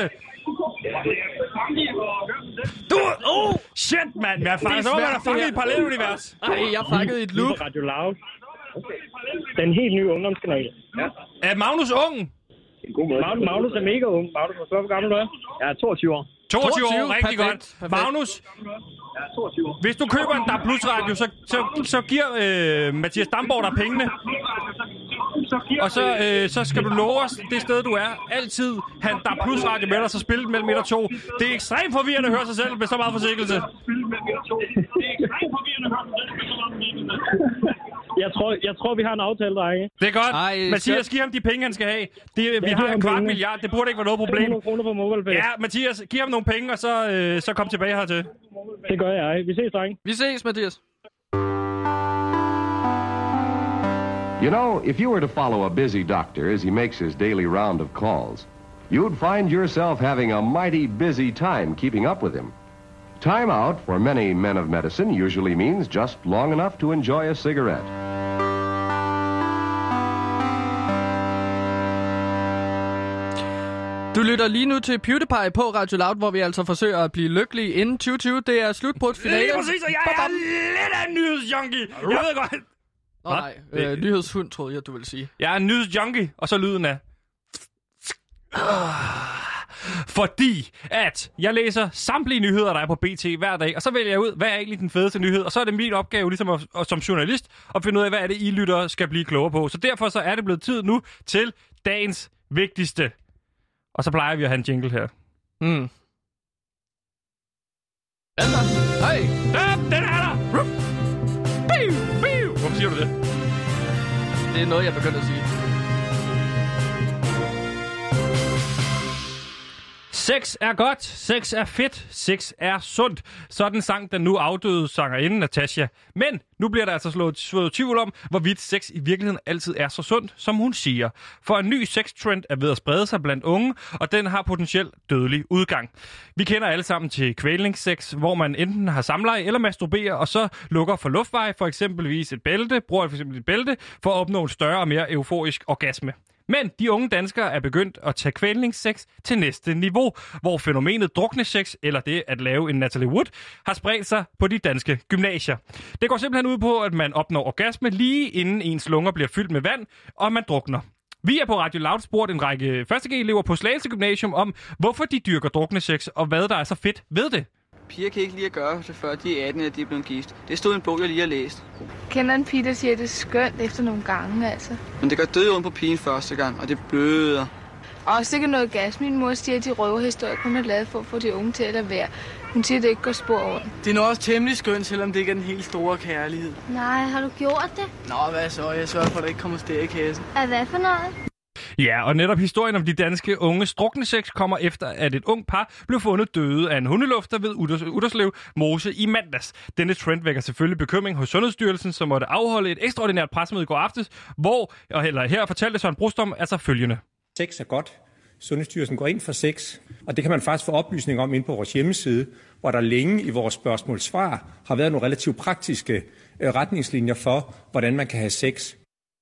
Du, oh, shit, mand. Jeg er fanget, så man er fanget i et parallelunivers. Ej, jeg er fanget i et loop. Radio Loud. Den helt nye ungdomskanal. Ja. Er Magnus ung? Magnus, Magnus er mega ung. Magnus, hvor gammel du er? Jeg er toogtyve år. toogtyve år, rigtig perfekt, godt. perfekt. Magnus, hvis du køber en D A B Plus radio, så, så, så giver øh, Mathias Damborg dig pengene. Og så, øh, så skal du love os det sted, du er. Altid have en D A B Plus radio med dig, så spil mellem et og to. Det er ekstremt forvirrende at høre sig selv med så meget forsinkelse. Jeg tror, jeg tror, vi har en aftale, drenge. Det er godt. Ej, Mathias, så- giv ham de penge, han skal have. Det, vi giver har ham en kvart penge. milliard. Det burde ikke være noget problem. hundrede kroner på MobilePay. Ja, Mathias, giv ham nogle penge, og så, øh, så kom tilbage hertil. Det gør jeg. Vi ses, drenge. Vi ses, Mathias. You know, if you were to follow a busy doctor as he makes his daily round of calls, you'd find yourself having a mighty busy time keeping up with him. Time out for many men of medicine usually means just long enough to enjoy a cigarette. Du lytter lige nu til PewDiePie på Radio Loud, hvor vi altså forsøger at blive lykkelige inden tyve tyve. Det er slut på et finale. Lige præcis, og jeg er lidt af en nyhedsjunkie. Jeg ved godt. Nå, nej, øh, nyhedshund troede jeg, du ville sige. Jeg er en nyhedsjunkie, og så lyden af... Fordi at jeg læser samtlige nyheder, der er på B T hver dag, og så vælger jeg ud, hvad er egentlig den fedeste nyhed, og så er det min opgave ligesom at, at, som journalist at finde ud af, hvad er det, I lyttere skal blive klogere på. Så derfor så er det blevet tid nu til dagens vigtigste. Og så plejer vi at have en jingle her. Mm. Den der. Hey. Den, den er der! Ruff. Biu, biu. Hvorfor siger du det? Det er noget, jeg begyndte at sige. Sex er godt, sex er fedt, sex er sundt. Sådan sang den nu afdøde sangerinde Natasha. Men nu bliver der altså slået, slået tvivl om, hvorvidt sex i virkeligheden altid er så sundt, som hun siger. For en ny sextrend er ved at sprede sig blandt unge, og den har potentielt dødelig udgang. Vi kender alle sammen til kvælningssex, hvor man enten har samleje eller masturberer, og så lukker for luftveje, for eksempelvis et bælte, bruger for eksempel et bælte, for at opnå en større og mere euforisk orgasme. Men de unge danskere er begyndt at tage kvælningssex til næste niveau, hvor fænomenet druknesex, eller det at lave en Natalie Wood, har spredt sig på de danske gymnasier. Det går simpelthen ud på, at man opnår orgasme lige inden ens lunger bliver fyldt med vand, og man drukner. Vi er på Radio Loud spurgt en række første G-elever på Slagelse Gymnasium om, hvorfor de dyrker druknesex, og hvad der er så fedt ved det. Piger kan ikke lige at gøre det, før de er atten, at de er blevet gift. Det stod i en bog, jeg lige har læst. Kender en pige, der siger, at det er skønt efter nogle gange, altså. Men det gør død ondt på pigen første gang, og det bløder. Og sikkert noget gas. Min mor siger, at de røverhistorier kun er lavet for at få de unge til at lade være. Hun siger, at det ikke går spor over den. Det er nu også temmelig skønt, selvom det ikke er den helt store kærlighed. Nej, har du gjort det? Nå, hvad så? Jeg sørger for, at der ikke kommer stær i kassen. Er hvad for noget? Ja, og netop historien om de danske unge druknesex kommer efter, at et ung par blev fundet døde af en hundelufter ved Udders- Udderslev Mose i mandags. Denne trend vækker selvfølgelig bekymring hos Sundhedsstyrelsen, som måtte afholde et ekstraordinært pressemøde i går aftes, hvor, eller her fortalte Søren Brustom altså følgende. Sex er godt. Sundhedsstyrelsen går ind for sex, og det kan man faktisk få oplysning om inde på vores hjemmeside, hvor der længe i vores spørgsmål-svar har været nogle relativt praktiske retningslinjer for, hvordan man kan have sex.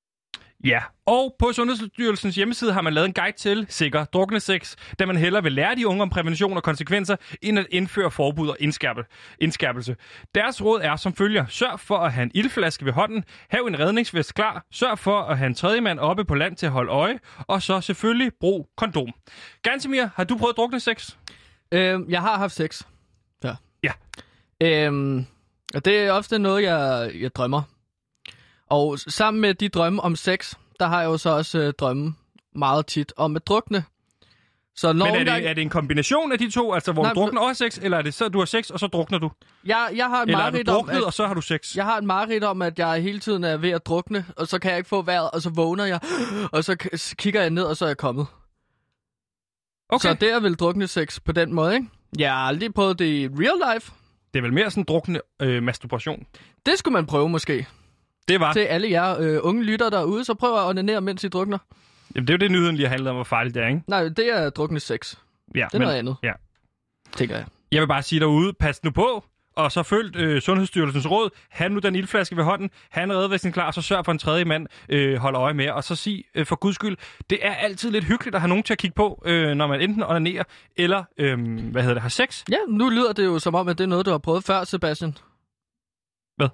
Ja, og på Sundhedsstyrelsens hjemmeside har man lavet en guide til sikker druknesex, da man hellere vil lære de unge om prævention og konsekvenser, end at indføre forbud og indskærpe, indskærpelse. Deres råd er som følger. Sørg for at have en ildflaske ved hånden, hav en redningsvest klar, sørg for at have en tredje mand oppe på land til at holde øje, og så selvfølgelig brug kondom. Gantemir, har du prøvet druknesex? Øhm, jeg har haft sex. Ja. Ja. Øhm, og det er ofte noget, jeg, jeg drømmer. Og sammen med de drømme om sex, der har jeg jo så også øh, drømme meget tit om at drukne. Så når Men er det, gang... er det en kombination af de to, altså hvor Nej, du drukner og har sex, eller er det så, du har sex, og så drukner du? Jeg, jeg har en eller er mareridt du druknet, om, at... og så har du sex? Jeg har en mareridt om, at jeg hele tiden er ved at drukne, og så kan jeg ikke få vejret, og så vågner jeg, og så k- kigger jeg ned, og så er jeg kommet. Okay. Så det er vel drukne sex på den måde, ikke? Jeg har aldrig prøvet det i real life. Det er vel mere sådan drukne øh, masturbation? Det skulle man prøve måske. Det var. Til alle jer øh, unge lytter derude, så prøv at onanere, mens I drukner. Jamen, det er jo det, nyheden lige har handlet om, hvor farligt det er, ikke? Nej, det er drukne sex. Ja, det er men, noget andet, ja. tænker jeg. Jeg vil bare sige derude, pas nu på, og så følg øh, Sundhedsstyrelsens råd. Ha' nu den ildflaske ved hånden, ha' en redvæsning klar, så sørg for en tredje mand, øh, hold øje med, og så sig øh, for guds skyld, det er altid lidt hyggeligt at have nogen til at kigge på, øh, når man enten onanerer, eller, øh, hvad hedder det, har sex. Ja, nu lyder det jo som om, at det er noget, du har prøvet før, Sebastian. Hvad?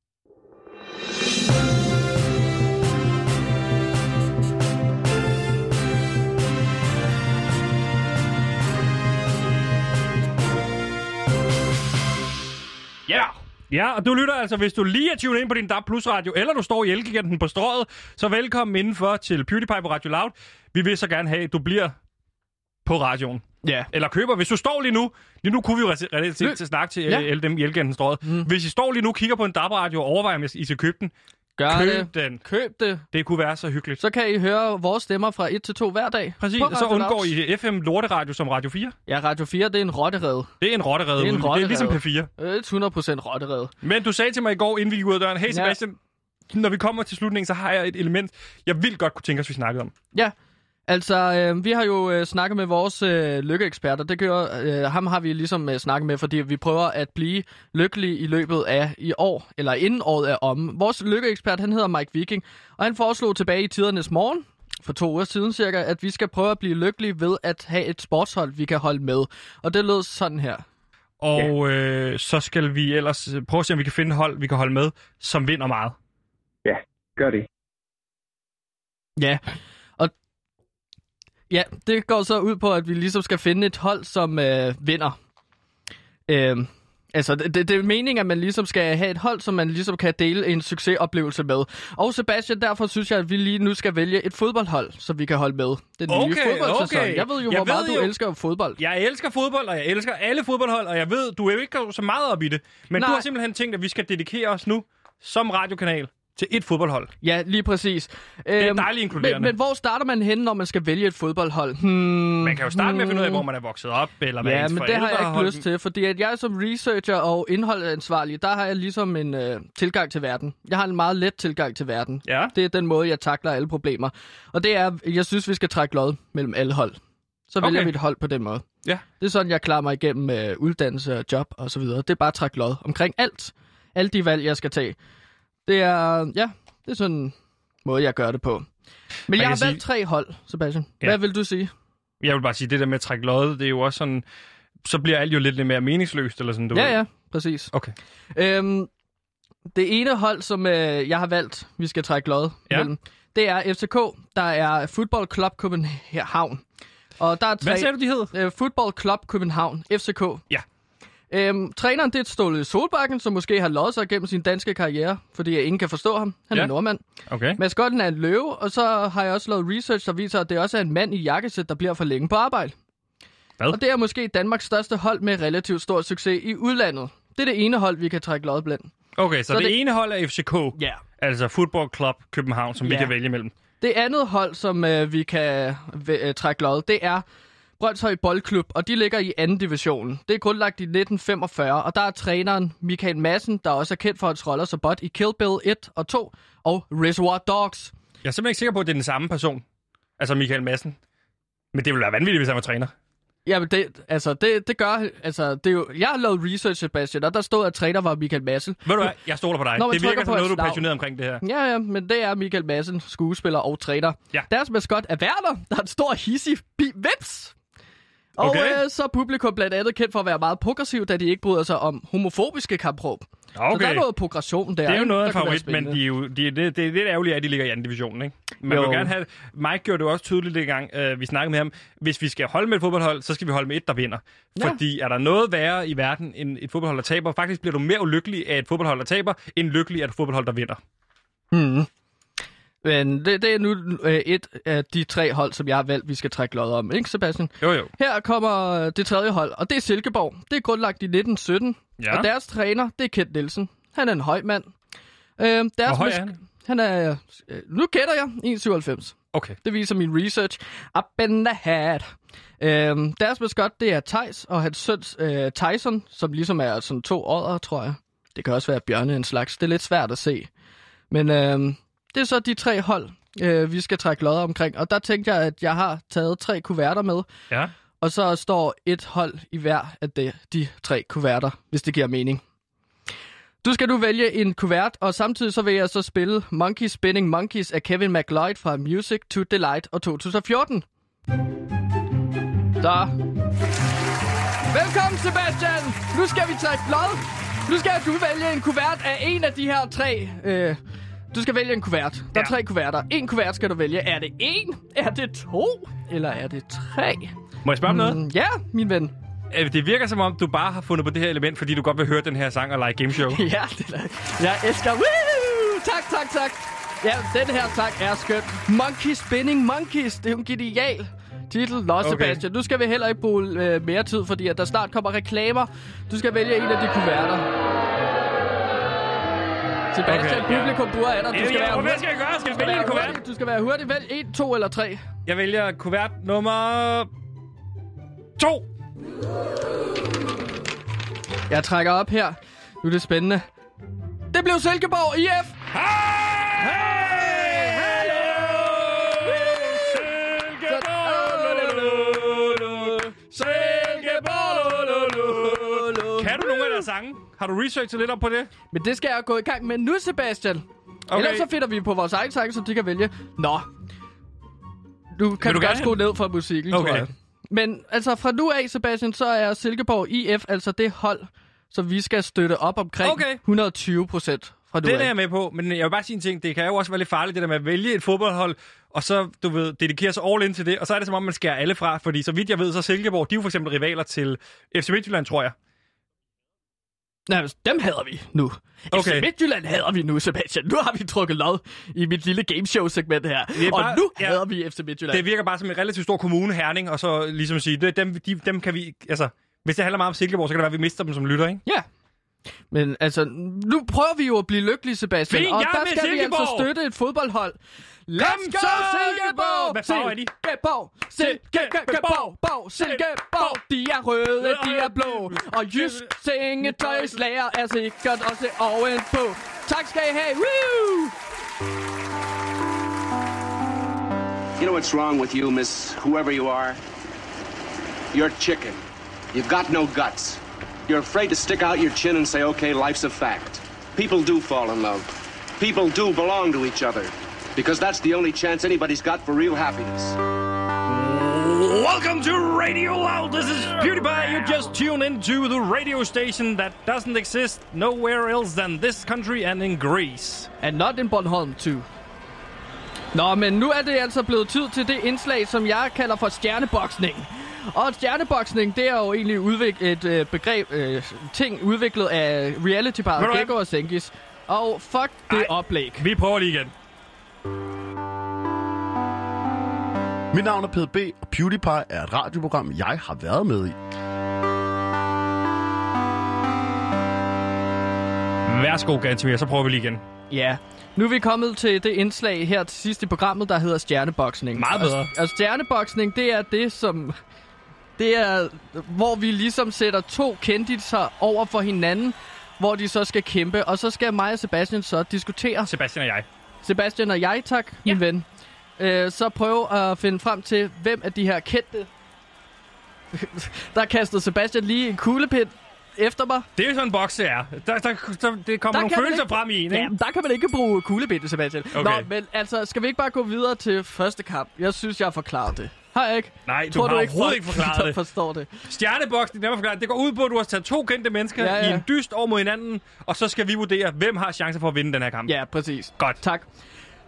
Ja, yeah. ja, og du lytter altså, hvis du lige er tunet ind på din D A B Plus radio, eller du står i Elgiganten på Strøget, så velkommen indenfor til PewDiePie på Radio Loud. Vi vil så gerne have, at du bliver på radioen. Ja. Eller køber, hvis du står lige nu, lige nu kunne vi jo reelt set til snakke til ja. alle dem i Elgiganten Strøget. Mm. Hvis I står lige nu, kigger på en D A B-radio og overvejer, om I skal købe den, Gør køb det. den. Køb det. Det kunne være så hyggeligt. Så kan I høre vores stemmer fra et til to hver dag. Præcis, og så undgår I F M-lorteradio som Radio fire. Ja, Radio fire, det er en rotterede. Det er en rotterede. Det er, en rotterede. Det er ligesom P fire. hundrede procent rotterede. Men du sagde til mig i går, inden vi gik ud af døren, hey Sebastian, ja. når vi kommer til slutningen, så har jeg et element, jeg vildt godt kunne tænke os, vi snakkede om. Ja, altså øh, vi har jo øh, snakket med vores øh, lykkeeksperter. Det gør, øh, ham har vi ligesom øh, snakket med, fordi vi prøver at blive lykkelige i løbet af i år, eller inden året er om. Vores lykkeekspert, han hedder Mike Viking, og han foreslog tilbage i tidernes morgen, for to uger siden cirka, at vi skal prøve at blive lykkelige ved at have et sportshold, vi kan holde med. Og det lød sådan her. Og øh, så skal vi ellers prøve at se, om vi kan finde hold, vi kan holde med, som vinder meget. Ja, gør det. Ja, og ja, det går så ud på, at vi ligesom skal finde et hold, som øh, vinder. Øh, altså, det, det er meningen, at man ligesom skal have et hold, som man ligesom kan dele en succesoplevelse med. Og Sebastian, derfor synes jeg, at vi lige nu skal vælge et fodboldhold, som vi kan holde med. Den okay, nye fodboldsæson. Okay. Jeg ved jo, jeg hvor ved meget jo, du elsker fodbold. Jeg elsker fodbold, og jeg elsker alle fodboldhold, og jeg ved, du er jo ikke så meget op i det. Men Nej. Du har simpelthen tænkt, at vi skal dedikere os nu som radiokanal til et fodboldhold. Ja, lige præcis. Det er dejligt inkluderende. Men, men hvor starter man henne, når man skal vælge et fodboldhold? Hmm, man kan jo starte hmm. med at finde ud af, hvor man er vokset op, eller hvad ja, ens men forældre det har jeg ikke holdt... lyst til, fordi at jeg som researcher og indholdansvarlig, der har jeg ligesom en øh, tilgang til verden. Jeg har en meget let tilgang til verden. Ja. Det er den måde, jeg takler alle problemer. Og det er, jeg synes, vi skal trække lod mellem alle hold. Så vælger okay. vi et hold på den måde. Ja. Det er sådan, jeg klarer mig igennem med øh, uddannelse og job og så videre. Det er bare at trække lod omkring alt. Alle de valg, jeg skal tage. Det er, ja... Det er sådan en måde, jeg gør det på. Men jeg har sige... valgt tre hold, Sebastian. Hvad ja. vil du sige? Jeg vil bare sige, det der med at trække loddet, det er jo også sådan... Så bliver alt jo lidt, lidt mere meningsløst, eller sådan, du Ja, ved. ja, præcis. Okay. Øhm, det ene hold, som øh, jeg har valgt, vi skal trække lod ja. mellem, det er F C K, der er Football Club København. Og der er tre... Hvad sagde du, de hed? Øh, Football Club København, F C K. Ja. Øhm, træneren, det er Ståle Solbakken, som måske har lovet sig gennem sin danske karriere, fordi ingen kan forstå ham. Han ja. er nordmand. Okay. Maskotten er en løve, og så har jeg også lavet research, der viser, at det også er en mand i jakkesæt, der bliver for længe på arbejde. Hvad? Og det er måske Danmarks største hold med relativt stor succes i udlandet. Det er det ene hold, vi kan trække lod blandt. Okay, så, så det, det ene hold er F C K. Ja. Altså Football Club København, som ja. vi kan vælge mellem. Det andet hold, som øh, vi kan øh, trække lod, det er Brøndshøj Boldklub, og de ligger i anden division. Det er grundlagt i nitten femogfyrre, og der er træneren Michael Madsen, der også er kendt for hans roller så bot i Kill Bill et og to og Reservoir Dogs. Jeg er simpelthen ikke sikker på, at det er den samme person, altså Michael Madsen. Men det ville være vanvittigt, hvis han var træner. Ja, men det, altså, det, det gør... Altså, det er jo, jeg har lavet research, Sebastian, og der stod, at træner var Michael Madsen. Ved du hvad? Jeg stoler på dig. Det virker som noget, du er passioneret omkring det her. Ja, ja, men det er Michael Madsen, skuespiller og træner. Ja. Deres maskot er Werner, der er en stor hissig vips. Og okay. øh, så er publikum blandt andet kendt for at være meget progressiv, da de ikke bryder sig om homofobiske kampråb. Okay. Så der er noget progression der. Det er jo noget af en favorit, men de er jo, de, det, det er lidt ærgerligt, at de ligger i anden divisionen, ikke? Man jo. vil gerne have... Mike gjorde det jo også tydeligt det gang, øh, vi snakkede med ham. Hvis vi skal holde med et fodboldhold, så skal vi holde med et, der vinder. Ja. Fordi er der noget værre i verden end et fodboldhold, der taber? Faktisk bliver du mere ulykkelig af et fodboldhold, der taber, end lykkelig af et fodboldhold, der vinder. Hmm. Men det, det er nu øh, et af de tre hold, som jeg har valgt, vi skal trække lod om, ikke Sebastian? Jo, jo. Her kommer det tredje hold, og det er Silkeborg. Det er grundlagt i nitten sytten, ja. Og deres træner, det er Kent Nielsen. Han er en høj mand. Øh, deres Hvor høj er han? Han er, øh, nu gætter jeg, en komma syvoghalvfems. Okay. Det viser min research. Up in the hat. Øh, deres maskot, det er Thijs og hans søn øh, Tyson, som ligesom er sådan to ådder, tror jeg. Det kan også være bjørne en slags. Det er lidt svært at se. Men øh, det er så de tre hold, øh, vi skal trække lodder omkring. Og der tænkte jeg, at jeg har taget tre kuverter med. Ja. Og så står et hold i hver af de, de tre kuverter, hvis det giver mening. Du skal nu vælge en kuvert, og samtidig så vil jeg så spille Monkey Spinning Monkeys af Kevin MacLeod fra Music to Delight og to tusind og fjorten. Så. Velkommen, Sebastian! Nu skal vi trække lod. Nu skal du vælge en kuvert af en af de her tre. Øh, du skal vælge en kuvert. Der er ja. tre kuverter. En kuvert skal du vælge. Er det en? Er det to? Eller er det tre? Må jeg spørge om noget? Mm, ja, min ven. Det virker som om, du bare har fundet på det her element, fordi du godt vil høre den her sang og lege gameshow. Ja, det er jeg elsker. Woo! Tak, tak, tak. Ja, den her sang er skøn. Monkey Spinning Monkeys. Det er jo en genial titel. Nå, okay. Sebastian, nu skal vi heller ikke bruge øh, mere tid, fordi at der snart kommer reklamer. Du skal vælge en af de kuverter. Sebastian, okay, publikum bruger af dig. Du skal ja, være hvad skal jeg gøre? Skal jeg vælge en kuvert? Du skal være hurtig. Vælg en, to eller tre. Jeg vælger kuvert nummer to. Jeg trækker op her. Nu er det spændende. Det blev Silkeborg I F. Hey! Hey! Hallo! Silkeborg! Silkeborg! Kan du nogle af deres sange? Har du researchet lidt op på det? Men det skal jeg gå i gang med nu, Sebastian. Okay. Ellers så finder vi på vores egen sang, så de kan vælge. Nå. Nu kan du, du godt skrue ned for musikken, okay. Tror jeg. Men altså fra nu af, Sebastian, så er Silkeborg I F altså det hold, som vi skal støtte op omkring okay. hundrede og tyve procent fra nu af. Det er jeg med på, men jeg vil bare sige en ting. Det kan jo også være lidt farligt, det der med at vælge et fodboldhold, og så, du ved, dedikere sig all in til det, og så er det som om, man skærer alle fra, fordi så vidt jeg ved, så Silkeborg, de er jo for eksempel rivaler til F C Midtjylland, tror jeg. Nej, dem hader vi nu. Okay. F C Midtjylland hader vi nu, Sebastian. Nu har vi trukket lod i mit lille gameshow-segment her. Bare, og nu ja, hader vi F C Midtjylland. Det virker bare som en relativt stor kommune, Herning, og så ligesom sige, det, dem, de, dem kan vi... Altså, hvis det handler meget om Silkeborg, så kan det være, at vi mister dem som lytter, ikke? Ja. Men altså, nu prøver vi jo at blive lykkelige, Sebastian. Fint, og der skal Silkeborg! vi altså støtte et fodboldhold. Let's go, Silkeborg! Hvad farve er de? Silkeborg! Silkeborg! Borg! Silkeborg! De er røde, de er blå. Og jysk sengetøjslager er sikkert også ovenpå. Tak skal I have. Woo! You know what's wrong with you, miss whoever you are? You're chicken. You've got no guts. You're afraid to stick out your chin and say, okay, life's a fact. People do fall in love. People do belong to each other. Because that's the only chance anybody's got for real happiness. Welcome to Radio Loud. This is PewDiePie. You just tuned into the radio station that doesn't exist nowhere else than this country and in Greece. And not in Bornholm, too. Nå, men nu er det altså blevet tid til det indslag, som jeg kalder for stjerneboksning. Og stjerneboksning, det er jo egentlig udvik- et øh, begreb, øh, ting udviklet af reality-paret Gekko og Senkis. Og fuck det Ej, oplæg. Vi prøver lige igen. Mit navn er Peder B, og PewDiePie er et radioprogram, jeg har været med i. Værsgo, Gantemir, så prøver vi lige igen. Ja, nu er vi kommet til det indslag her til sidst i programmet, der hedder stjerneboksning. Meget bedre. Og, og stjerneboksning, det er det, som... Det er, hvor vi ligesom sætter to kendiser over for hinanden, hvor de så skal kæmpe. Og så skal mig og Sebastian så diskutere... Sebastian og jeg. Sebastian og jeg, tak, ja. Min ven. Øh, så prøve at finde frem til, hvem af de her kendte... Der kastede Sebastian lige en kuglepind efter mig. Det er jo sådan en boks, det er. Der, der, der, det kommer der nogle følelser ikke... frem i en, ikke? Ja, der kan man ikke bruge kuglepinde, Sebastian. Okay. Nå, men altså, skal vi ikke bare gå videre til første kamp? Jeg synes, jeg har forklaret det. Har jeg ikke? Nej, du Tror, har du overhovedet ikke ikke forklaret det. Forstår det. Stjerneboksning, det, forklaret. Det går ud på, at du har taget to kendte mennesker ja, ja. i en dyst over mod hinanden, og så skal vi vurdere, hvem har chancer for at vinde den her kamp. Ja, præcis. Godt. Tak.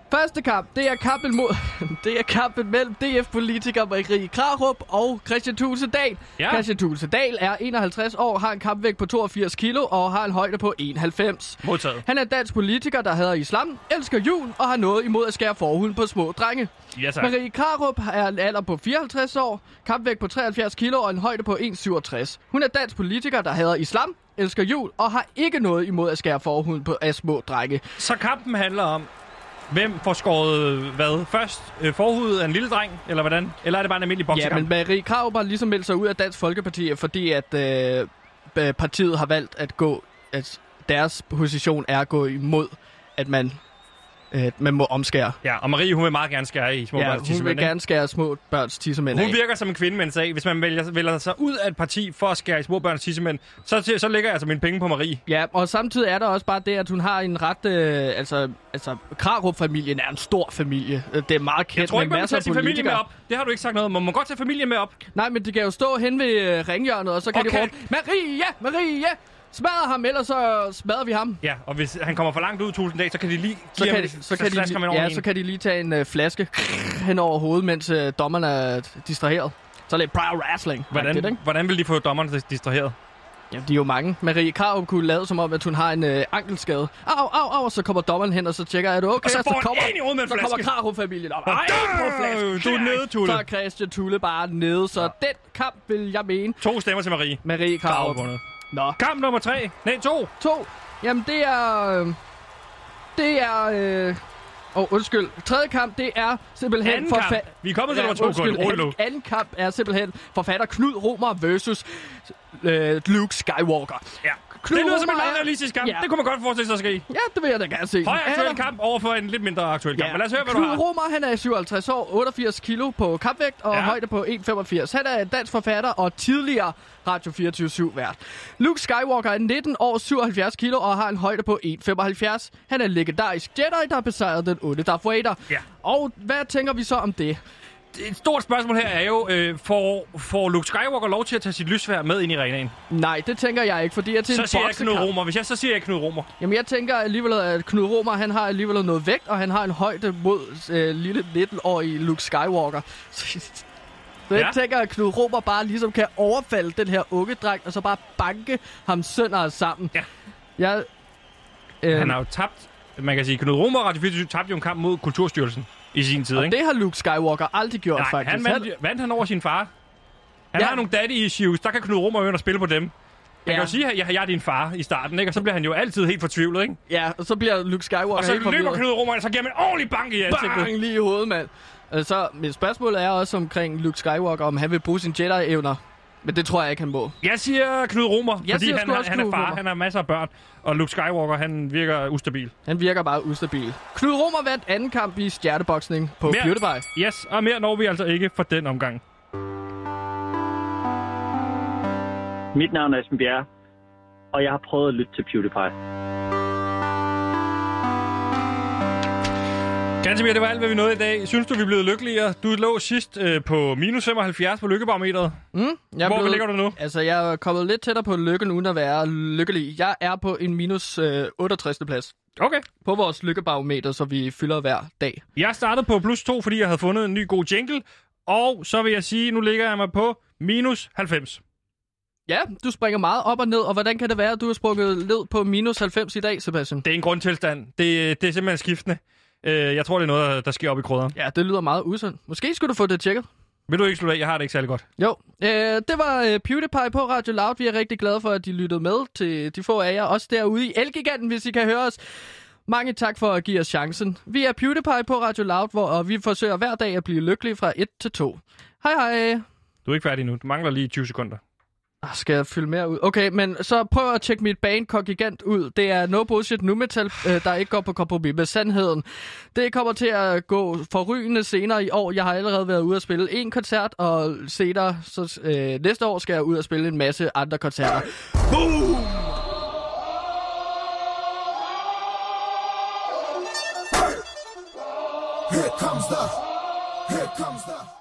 Første kamp, det er kampen mod det er kampen mellem D F-politiker Marie Krarup og Kristian Thulesen Dahl. Ja. Kristian Thulesen Dahl er enoghalvtreds år, har en kampvægt på toogfirs kilo og har en højde på enoghalvfems. Modtaget. Han er dansk politiker, der hader islam, elsker jul og har noget imod at skære forhuden på små drenge. Ja, tak. Marie Krarup er en alder på fireoghalvtreds år, kampvægt på treoghalvfjerds kilo og en højde på en komma syvogtres. Hun er dansk politiker, der hader islam, elsker jul og har ikke noget imod at skære forhuden på af små drenge. Så kampen handler om, hvem får skåret hvad? Først øh, forhudet af en lille dreng, eller hvordan? Eller er det bare en almindelig boksekamp? Ja, men Marie Krarup har ligesom meldt sig ud af Dansk Folkeparti, fordi at øh, partiet har valgt at gå, at deres position er at gå imod, at man, øh, man må omskære. Ja, og Marie, hun vil meget gerne skære i små ja, børns hun tissemænd, vil gerne skære små børns tissemænd Hun af. virker som en kvinde med en sag. Hvis man vælger, vælger sig ud af et parti for at skære i små børns tissemænd, så, så lægger jeg altså mine penge på Marie. Ja, og samtidig er der også bare det, at hun har en ret... Øh, altså, altså Krarup-familien er en stor familie. Det er meget kendt. Jeg tror ikke, med man masser kan af tage sin familie med politikere. op. Det har du ikke sagt noget om. Man må godt tage familien med op. Nej, men de kan jo stå hen ved øh, ringhjørnet, og så kan Okay. de råbe, Marie, Marie, smadrer ham, ellers så smadrer vi ham. Ja, og hvis han kommer for langt ud tusind dage, så kan de lige Så give kan, ham, de, så, kan de, flasker man over ja, en. så kan de lige tage en øh, flaske hen over hovedet, mens øh, dommeren er distraheret. Så lidt pro wrestling. Hvordan, Ikke? hvordan vil de få dommerne distraheret? Ja, de er jo mange. Marie Krarup kunne lade som om, at hun har en øh, ankelskade. Au, au, au, og så kommer dommeren hen, og så tjekker, er du okay? Og så får hun kommer, en i hovedet med en så kommer flaske. Krarup-familien op. Og Ej, der- på flaske. du er nede, Tulle. Så er Christian Tulle bare nede, så ja. Den kamp vil jeg mene. To stemmer til Marie. Marie Krarup. Krarup. Nå. Kamp nummer tre. Nej, to. To. Jamen, det er... Øh, det er... Øh, Åh, oh, undskyld. Tredje kamp, det er simpelthen... Anden kamp. Vi er kommet til nummer to, undskyld. kun. Rolig nu. Anden, anden kamp er simpelthen forfatter Knud Romer versus øh, Luke Skywalker. Ja. Knud Det lyder som en Romer meget er- realistisk kamp. Ja. Det kunne man godt forestille sig at ske. Ja, det vil jeg da gerne se. Høj aktuel Han er- kamp over for en lidt mindre aktuel kamp. Ja. Men lad os høre, hvad Knud du har. Romer, han er syvoghalvtreds år, otteogfirs kilo på kampvægt og Ja. ja. højde på en komma femogfirs. Han er en dansk forfatter og tidligere Radio fireogtyve syv vært. Luke Skywalker er nitten år, syvoghalvfjerds kilo og har en højde på en komma femoghalvfjerds. Han er en legendarisk Jedi, der har besejret den onde Darth Vader. Ja. Og hvad tænker vi så om det? Et stort spørgsmål her er jo, øh, får, får Luke Skywalker lov til at tage sit lysværd med ind i arenaen? Nej, det tænker jeg ikke, fordi jeg til Så en siger jeg Knud boksekamp- Romer. Hvis jeg så siger jeg Knud Romer. Jamen, jeg tænker alligevel, at Knud Romer, han har alligevel noget vægt, og han har en højde mod øh, lille nitten-årige Luke Skywalker. Så jeg Ja. tænker, at Knud Romer bare ligesom kan overfalde den her unge dreng, og så bare banke ham sønder sammen. Ja. Jeg, øh, Han har jo tabt, man kan sige, Knud Romer og Radio fireogtyve tabte jo en kamp mod Kulturstyrelsen i sin tid, og ikke? det har Luke Skywalker aldrig gjort, Nej, faktisk. han vandt, vandt han over sin far. Han Ja. har nogle daddy issues, der kan Knud Romer jo ind og spille på dem. Han Ja. kan jo sige, at jeg, jeg er din far i starten, ikke? Og så bliver han jo altid helt fortvivlet, ikke? Ja, og så bliver Luke Skywalker Og så helt løber forvirret. Knud Romer, og så giver man en ordentlig bank i ansigtet. Bang, lige i hovedet, mand. Altså, mit spørgsmål er også omkring Luke Skywalker, om han vil bruge sine Jedi-evner. Men det tror jeg ikke, han må. Jeg siger Knud Romer, Jeg fordi siger han, sgu han, også han er Knud far, Romer. han har masser af børn. Og Luke Skywalker, han virker ustabil. Han virker bare ustabil. Knud Romer vandt anden kamp i stjerneboksning på Mere- PewDiePie. Yes, og mere når vi altså ikke for den omgang. Mit navn er Esben Bjerre, og jeg har prøvet at lytte til PewDiePie. Ganske mere, det var alt, hvad vi nåede i dag. Synes du, vi er blevet lykkeligere? Du lå sidst øh, på minus femoghalvfjerds på lykkebarometeret. Mm, jeg Hvor blevet, ligger du nu? Altså, jeg er kommet lidt tættere på lykken, uden at være lykkelig. Jeg er på en minus øh, otteogtres. plads. Okay. På vores lykkebarometer, så vi fylder hver dag. Jeg startede på plus to, fordi jeg havde fundet en ny god jingle. Og så vil jeg sige, nu ligger jeg mig på minus halvfems. Ja, du springer meget op og ned, og hvordan kan det være, at du har sprunget ned på minus halvfems i dag, Sebastian? Det er en grundtilstand. Det, det er simpelthen skiftende. Øh, jeg tror, det er noget, der sker op i krydderen. Ja, det lyder meget usundt. Måske skulle du få det tjekket. Vil du ikke slutte af? Jeg har det ikke særlig godt. Jo, øh, det var øh, PewDiePie på Radio Loud. Vi er rigtig glade for, at de lyttede med til de få af jer. Også derude i Elgiganten, hvis I kan høre os. Mange tak for at give os chancen. Vi er PewDiePie på Radio Loud, hvor og vi forsøger hver dag at blive lykkelige fra et til to. Hej hej. Du er ikke færdig nu. Du mangler lige tyve sekunder. Ah, skal jeg fylde mere ud? Okay, men så prøv at tjekke mit band Gigant ud. Det er no bullshit nu metal, øh, der ikke går på kompromis med sandheden. Det kommer til at gå forrygende senere i år. Jeg har allerede været ude at spille en koncert, og senere, så øh, næste år skal jeg ud og spille en masse andre koncerter. Boom! Here comes the, here comes the